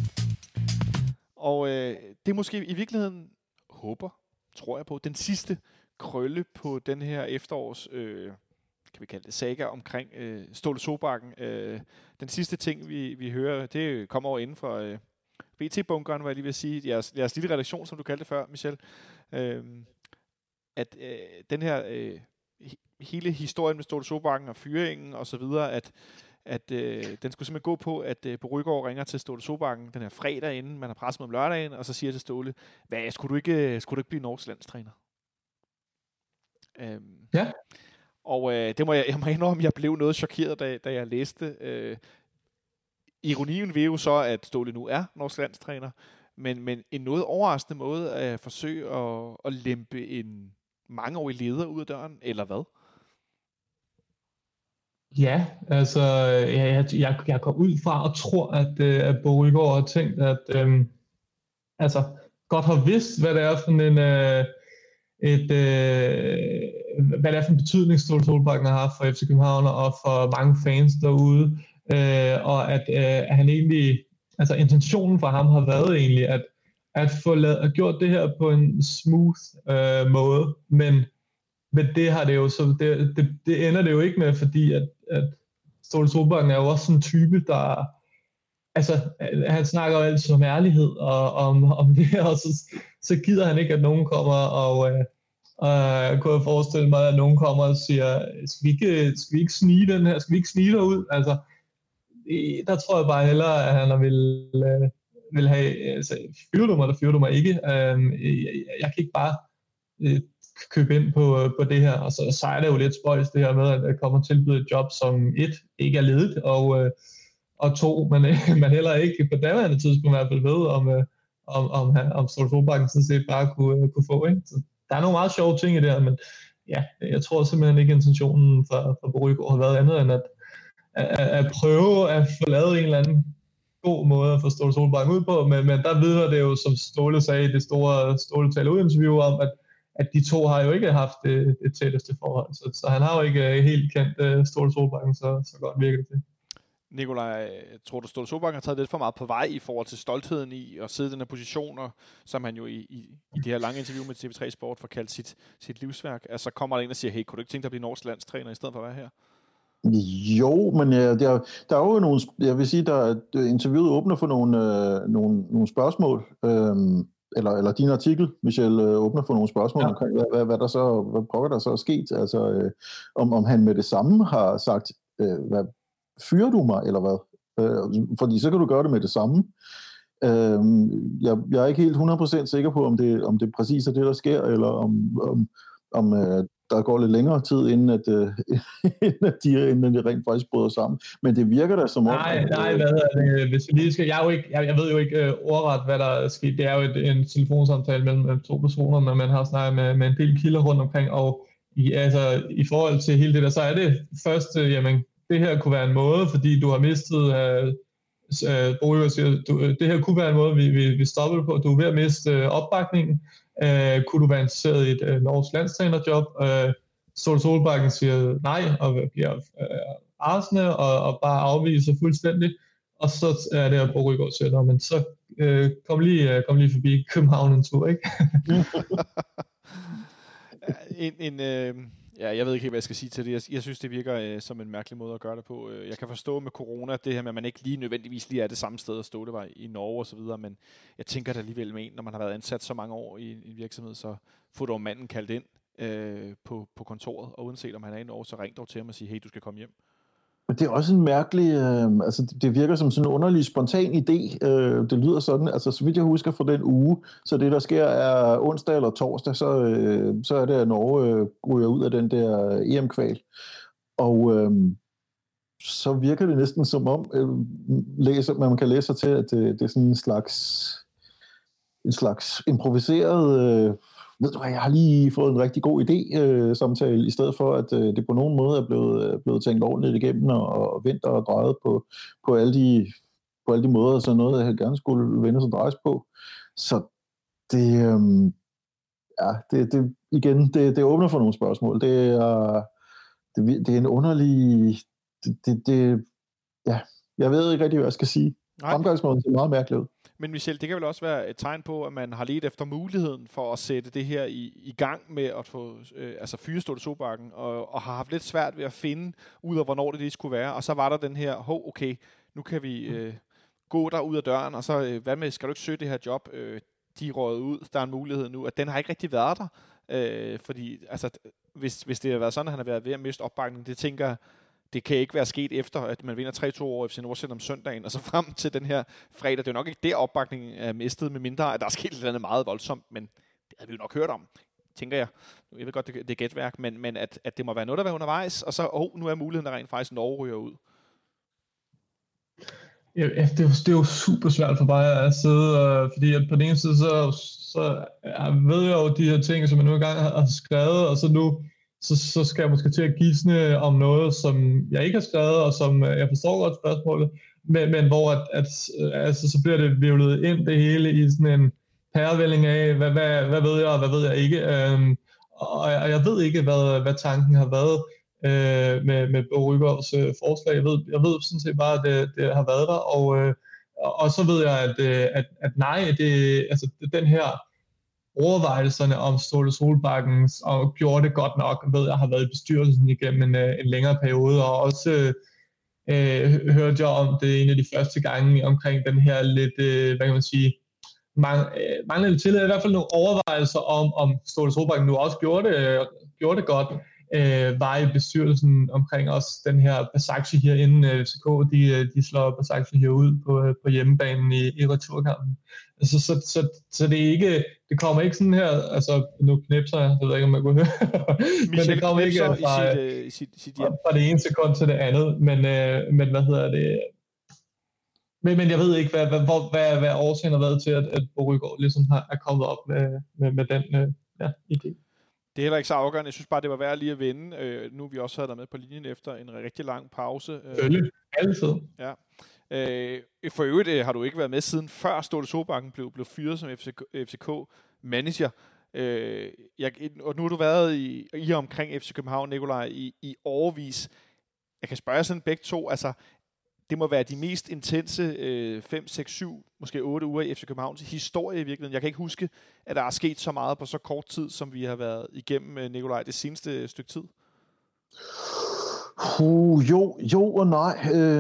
Og det er måske i virkeligheden, tror jeg på, den sidste krølle på den her efterårs, kan vi kalde det, saga omkring Ståle Solbakken. Den sidste ting, vi hører, det kommer over inden fra BT-bunkeren, hvad jeg lige vil sige, jeres lille redaktion, som du kaldte det før, Michel, at den her hele historien med Ståle Solbakken og fyringen og så videre, at den skulle simpelthen gå på, at Bo Rygaard ringer til Ståle Solbakken den her fredag, inden man har presset om lørdagen, og så siger til Ståle, hvad, skulle du ikke blive norsk landstræner? Ja. Og det må jeg må indrømme, jeg blev noget chokeret, da jeg læste. Ironien ved jo så, at Ståle nu er norsk landstræner, men en noget overraskende måde at forsøge at lempe en mangeårig leder ud af døren, eller hvad? Ja, altså jeg går ud fra og tror, at Bo Rygaard har tænkt, at altså godt har vidst, hvad det er for hvad det er for en betydning Ståle Solbakken har haft for FC København og for mange fans derude, og at han egentlig, altså intentionen for ham har været egentlig at få gjort det her på en smooth måde, men det har det jo så det ender det jo ikke med, fordi at Ståle Solbakken er jo også sådan en type, der altså han snakker jo altid om ærlighed og om det her, og så gider han ikke, at nogen kommer og kunne jeg forestille mig, at nogen kommer og siger, skal vi ikke snige den her, skal vi ikke snige derud? Altså, der tror jeg bare hellere, at han vil have, altså, fyrer du mig ikke? Jeg kan ikke bare købe ind på det her, og så er det jo lidt spøjs det her med, at der kommer tilbyde et job, som ikke er ledigt, og to, men heller ikke på daværende tidspunkt i hvert fald ved, om Ståle Solbakken sådan set bare kunne få, ikke? Så der er nogle meget sjove ting i det her, men ja, jeg tror simpelthen ikke, intentionen for Bo Rygaard har været andet end at prøve at få lavet en eller anden god måde at få Ståle Solbakken ud på, men der vidner det jo, som Ståle sagde i det store Ståle taler ud-interview om, at de to har jo ikke haft det tætteste forhold, så han har jo ikke helt kendt Ståle Solbakken, så godt virker det til. Nikolaj, tror du, Ståle Solbakken har taget lidt for meget på vej i forhold til stoltheden i at sidde i den her position, og som han jo i det her lange interview med TV3 Sport får kaldt sit livsværk? Altså kommer der en og siger, hey, kunne du ikke tænke dig at blive norsk landstræner i stedet for at være her? Jo, men der er jo nogle, jeg vil sige, der interviewet åbner for nogle spørgsmål, eller din artikel, Michel, åbner for nogle spørgsmål omkring, hvad pokker der så er sket, altså om han med det samme har sagt, hvad fyrer du mig, eller hvad? Fordi så kan du gøre det med det samme. Jeg er ikke helt 100% sikker på, om det præcis er det, der sker, eller om der går lidt længere tid, inden de rent faktisk bryder sammen. Men det virker da som om... Nej, hvad er det? Hvis vi lige skal... Jeg ved jo ikke ordret, hvad der er sket. Det er jo en telefonsamtale mellem to personer, men man har snakket med en del kilder rundt omkring, og i forhold til hele det der, så er det først, jamen, det her kunne være en måde, fordi du har mistet... Bo Rygaard siger, det her kunne være en måde, vi stopper på. Du er ved at miste opbakningen. Kunne du være interesseret i et norsk landstrænerjob? Ståle Solbakken siger nej, og bliver rasende og bare afviser fuldstændig. Og så er det, at Bo Rygaard siger, men så kom lige forbi København en tur, ikke? Ja, jeg ved ikke helt, hvad jeg skal sige til det. Jeg synes, det virker som en mærkelig måde at gøre det på. Jeg kan forstå med corona, det her med, at man ikke lige nødvendigvis lige er det samme sted at stå. Det var i Norge og så videre, men jeg tænker da alligevel med en, når man har været ansat så mange år i en virksomhed, så får du manden kaldt ind på kontoret, og uanset om han er i Norge, så ring dog til ham og sige, hey, du skal komme hjem. Det er også en mærkelig, altså det virker som sådan en underlig spontan idé. Det lyder sådan, altså så vidt jeg husker fra den uge, så det der sker er onsdag eller torsdag, så er det, at Norge ryger ud af den der EM-kval. Og så virker det næsten som om, man kan læse sig til, at det er sådan en slags improviseret... ved du hvad, jeg har lige fået en rigtig god idé-samtale, i stedet for, at det på nogen måde er blevet tænkt ordentligt igennem og vendt og drejet på alle de på alle de måder, så noget, jeg gerne skulle vende og drejes på. Så det, det åbner for nogle spørgsmål. Det er en underlig... jeg ved ikke rigtig, hvad jeg skal sige. Fremgangsmåden er meget mærkelig ud. Men Michel, det kan vel også være et tegn på, at man har ledt efter muligheden for at sætte det her i gang med at få fyre Ståle Solbakken, og har haft lidt svært ved at finde ud af, hvornår det skulle være. Og så var der den her, okay, nu kan vi gå der ud af døren, og så hvad med, skal du ikke søge det her job? De røget ud, der er en mulighed nu, at den har ikke rigtig været der. Fordi altså, hvis det har været sådan, at han har været ved at miste opbakning, det tænker jeg, det kan ikke være sket efter, at man vinder 3-2 over FC Nordsjælland om søndagen, og så frem til den her fredag. Det er jo nok ikke der, opbakningen er mistet, med mindre, at der er sket et eller andet meget voldsomt, men det havde vi jo nok hørt om, tænker jeg. Jeg ved godt, det er gætværk, men at det må være noget, der var undervejs, og så, nu er muligheden, der rent faktisk Norge ryger ud. Ja, det er jo super svært for mig at sidde, fordi at på den ene side, så ved jeg jo de her ting, som jeg nu engang har skrevet, og så nu, så skal jeg måske til at gisne om noget, som jeg ikke har skrevet, og som jeg forstår godt spørgsmålet, men hvor så bliver det virvlet ind det hele i sådan en pærevælling af, hvad ved jeg, og hvad ved jeg ikke. Og jeg ved ikke, hvad tanken har været med Bo Rygaards forslag. Jeg ved sådan set bare, at det har været der, og så ved jeg, at nej, den her overvejelserne om Ståle Solbakken og gjorde det godt nok, ved jeg har været i bestyrelsen igennem en længere periode, og også hørte jeg om det en af de første gange omkring den her lidt, hvad kan man sige, manglende tillid, i hvert fald nogle overvejelser om Ståle Solbakken nu også gjorde det godt, var i bestyrelsen omkring også den her Basaksehir her inden FCK, de slår Basaksehir her ud på hjemmebanen i returkampen. Så det er ikke, det kommer ikke sådan her, altså nu knipser jeg ved ikke om man kunne høre, men det kommer ikke fra det ene sekund til det andet, men hvad hedder det, men jeg ved ikke, hvad årsagen har været til, at Bo Rygaard ligesom er kommet op med den idé. Det er heller ikke så afgørende. Jeg synes bare, det var værd lige at vende. Nu vi også havde dig med på linjen efter en rigtig lang pause. Selvfølgelig. Altid. Ja. For øvrigt har du ikke været med siden før Ståle Solbakken blev fyret som FCK-manager. Og nu har du været i omkring FC København, Nikolaj, i årevis. Jeg kan spørge sådan begge to, altså det må være de mest intense 5, 6, 7, måske 8 uger i FC Københavns historie i virkeligheden. Jeg kan ikke huske, at der er sket så meget på så kort tid, som vi har været igennem, Nikolaj, det seneste stykke tid. Jo og nej.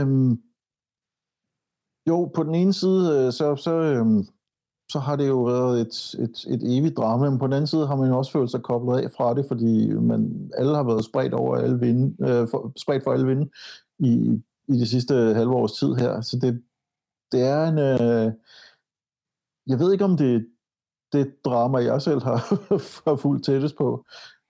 Jo, på den ene side, så har det jo været et evigt drama, men på den anden side har man jo også følt sig koblet af fra det, fordi alle har været spredt over alle vinde, spredt for alle vinde i de sidste halve års tid her. Så det er en... jeg ved ikke, om det drama, jeg selv har fulgt tættest på.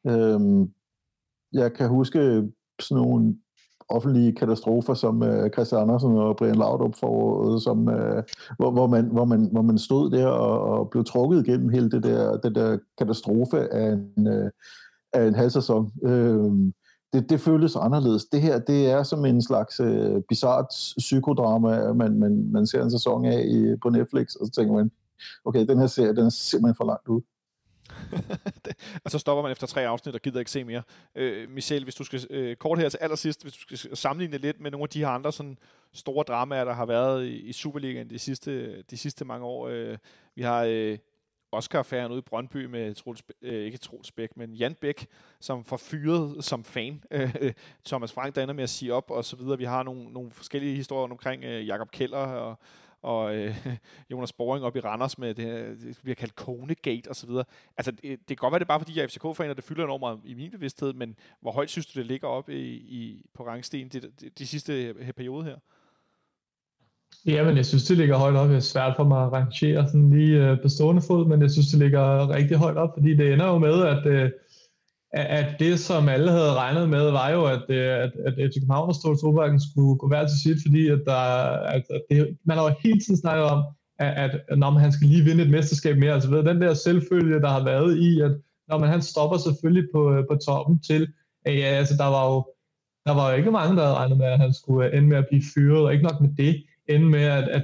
Jeg kan huske sådan nogle offentlige katastrofer, som Christian Andersen og Brian Laudrup foråret, som, hvor man stod der og blev trukket igennem hele det der katastrofe af en halv sæson. Det føles anderledes. Det her, det er som en slags bizarrt psykodrama, man ser en sæson af på Netflix, og så tænker man, okay, den her serie, den er simpelthen for langt ud. Og så stopper man efter 3 afsnit og gider ikke se mere. Michel, hvis du skal kort her til allersidst, hvis du skal sammenligne lidt med nogle af de her andre sådan store dramaer, der har været i Superligaen de sidste mange år. Vi har Oscar-affæren ude i Brøndby med ikke Troels Bæk, men Jan Bæk, som får fyret som fan. Thomas Frank, der ender med at sige op, og så videre. Vi har nogle forskellige historier omkring Jakob Keller og Jonas Boring op i Randers med det bliver kaldt Konegate og så videre. Altså, det kan godt være, det er bare fordi jeg er FCK-fan, og det fylder enormt meget i min bevidsthed, men hvor højt synes du, det ligger op på rangstenen de sidste periode her? Jamen, jeg synes, det ligger højt op. Det er svært for mig at rangere sådan lige på stående fod, men jeg synes, det ligger rigtig højt op, fordi det ender jo med, at det, som alle havde regnet med, var jo, at FC København og Ståle Solbakken skulle gå hver til sit, fordi man har jo hele tiden snakket om, at når han skal lige vinde et mesterskab mere, altså ved den der selvfølge, der har været i, at når han stopper selvfølgelig på toppen til, altså der var jo ikke mange, der havde regnet med, at han skulle ende med at blive fyret, og ikke nok med det. ende med,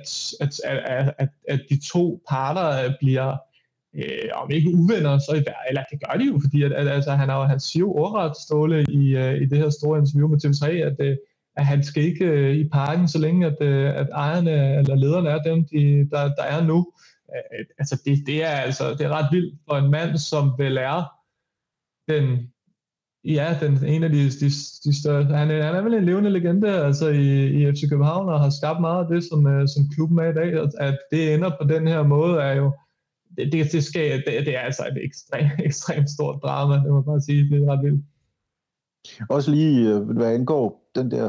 at de to parter bliver, om ikke uvenner, så eller det gør de jo, fordi altså, han siger jo ordret, Ståle, i det her store interview med TV3, at han skal ikke i parken, så længe at ejerne eller lederne er dem, der er nu. Altså det er ret vildt for en mand, som vel er en af de større. Han er vel en levende legende altså i FC København og har skabt meget af det, som klubben er i dag. At det ender på den her måde er jo det er altså et ekstremt stort drama, det må jeg bare sige. Det er ret vildt. Også lige, hvad angår den der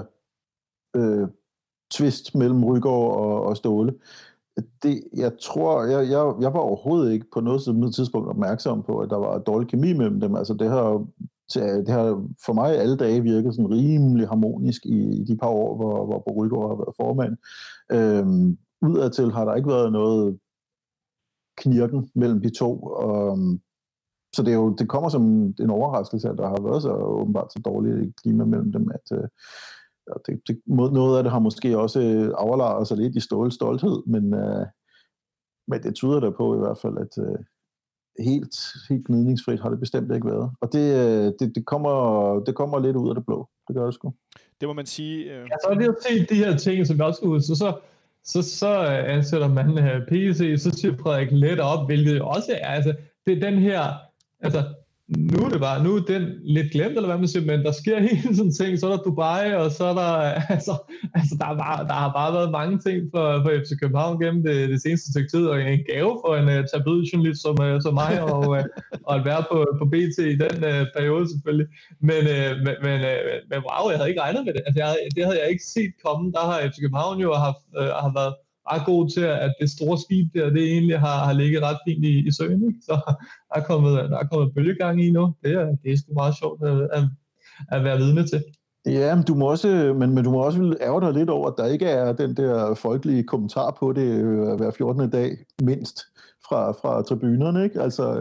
twist mellem Rygaard og Ståle. Jeg tror, jeg var overhovedet ikke på noget tidspunkt opmærksom på, at der var dårlig kemi mellem dem. Altså det har for mig alle dage virket sådan rimelig harmonisk i de par år, hvor Rygaard har været formand. Udadtil har der ikke været noget knirken mellem de to. Så det kommer som en overraskelse, at der har været så åbenbart så dårligt klima mellem dem, at noget af det har måske også overlaget sig lidt i Ståles stolthed, men det tyder der på i hvert fald, at helt gnidningsfrit har det bestemt ikke været. Og det kommer lidt ud af det blå. Det gør det sgu. Det må man sige. Ja, så er det jo set de her ting, som jeg også skal ud. Så ansætter man PC, så siger Frederik Let op, hvilket også er, altså, det er den her, altså, nu er den lidt glemt, eller hvad man siger, men der sker hele sådan ting, så er der Dubai, og så er der, der har bare været mange ting for FC København gennem det seneste stykke tid, og en gave for en tabloidjournalist som mig, og at være på BT i den periode selvfølgelig. Men wow, jeg havde ikke regnet med det. Altså, det havde jeg ikke set komme. Der har FC København jo har været ret god til, at det store skib der, det egentlig har ligget ret fint i søen, ikke? Så der er kommet bølgegang i nu. Det er sgu meget sjovt at være vidne til. Ja, men du må også ærge dig lidt over, at der ikke er den der folkelige kommentar på det hver 14. dag, mindst fra tribunerne, ikke? Altså,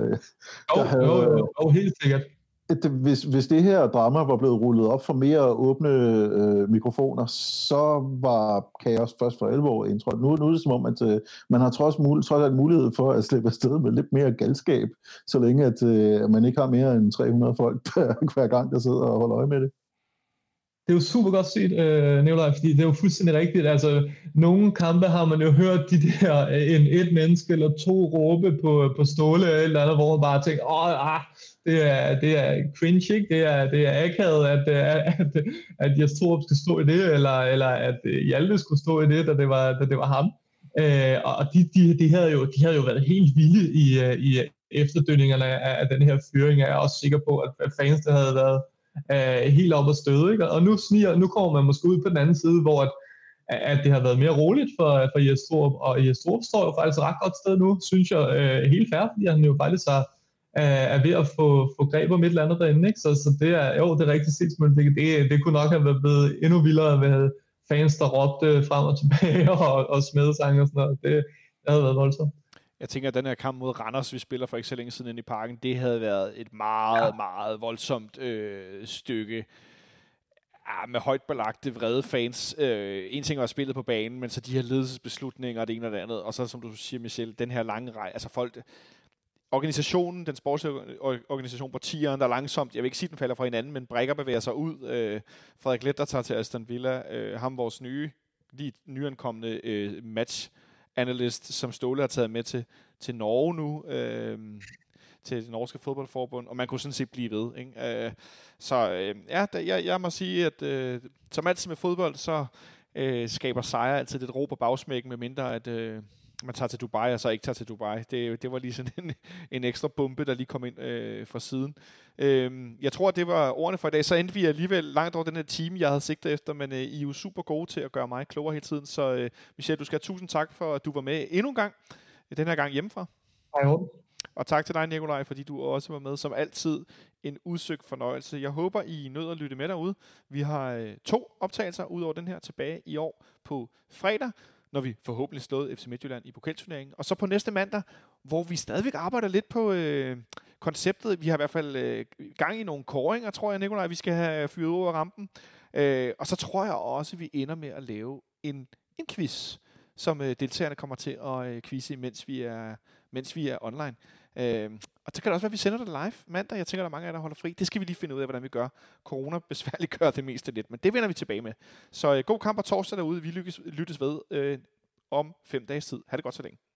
jo, helt sikkert. Hvis det her drama var blevet rullet op for mere åbne mikrofoner, så var kaos først for 11 år indtrådt. Nu er det som om, at man har trods alt mulighed for at slippe afsted med lidt mere galskab, så længe at man ikke har mere end 300 folk hver gang, der sidder og holder øje med det. Det er jo super godt set, Nikolaj, fordi det er jo fuldstændig rigtigt. Altså, nogle kampe har man jo hørt de der et menneske eller to råbe på Ståle eller andet, hvor man bare tænker, det er cringe, ikke? Det er akavet, at Jesdrup skal stå i det, eller at Hjalte skulle stå i det, da det var ham. Og de havde jo været helt vilde i efterdønningerne af den her fyring. Jeg er også sikker på, at fansene havde været helt op at støde, ikke? Og nu kommer man måske ud på den anden side, hvor at det har været mere roligt for Jesdrup, og Jesdrup står jo faktisk ret godt sted nu, synes jeg, helt fair, fordi han jo faktisk er ved at få greb om et eller andet derinde, ikke? Så det er rigtig sindssygt, men det kunne nok have været blevet endnu vildere med fans, der råbte frem og tilbage og smedesange og sådan noget. Det havde været voldsomt. Jeg tænker, at den her kamp mod Randers, vi spiller for ikke så længe siden inde i parken, det havde været et meget, meget voldsomt stykke med højt belagte, vrede fans. En ting var spillet på banen, men så de her ledelsesbeslutninger og det ene og det andet. Og så, som du siger, Michel, den her lange række, altså folk, organisationen, den sportsorganisation på tieren, der langsomt, jeg vil ikke sige, den falder fra hinanden, men brækker bevæger sig ud. Frederik Let, der tager til Aston Villa, ham vores lige nyankomne match analyst, som Ståle har taget med til Norge nu, til det norske fodboldforbund, og man kunne sådan set blive ved, ikke? Jeg må sige, at som altid med fodbold, så skaber sejre altid lidt ro på bagsmækken, med mindre at man tager til Dubai, og så ikke tager til Dubai. Det var lige sådan en ekstra bombe, der lige kom ind fra siden. Jeg tror, det var ordene for i dag. Så endte vi alligevel langt over den her time, jeg havde sigtet efter, men I er jo super gode til at gøre mig klogere hele tiden. Så Michel, du skal have tusind tak for, at du var med endnu en gang, den her gang hjemmefra. Hej. Og tak til dig, Nikolaj, fordi du også var med. Som altid en udsøgt fornøjelse. Jeg håber, I nød at lytte med derude. Vi har 2 optagelser ud over den her tilbage i år på fredag, når vi forhåbentlig slået FC Midtjylland i pokalturneringen. Og så på næste mandag, hvor vi stadigvæk arbejder lidt på konceptet. Vi har i hvert fald gang i nogle kåringer, tror jeg, Nikolaj, vi skal have fyret ud af rampen. Og så tror jeg også, vi ender med at lave en en quiz, som deltagerne kommer til at quizze, mens vi er online. Og så kan det også være, at vi sender det live mandag. Jeg tænker, der er mange af jer, der holder fri. Det skal vi lige finde ud af, hvordan vi gør. Corona besværliggør det meste lidt, men det vender vi tilbage med. Så god kamp på torsdag derude. Vi lyttes ved om 5 dages tid. Ha' det godt så længe.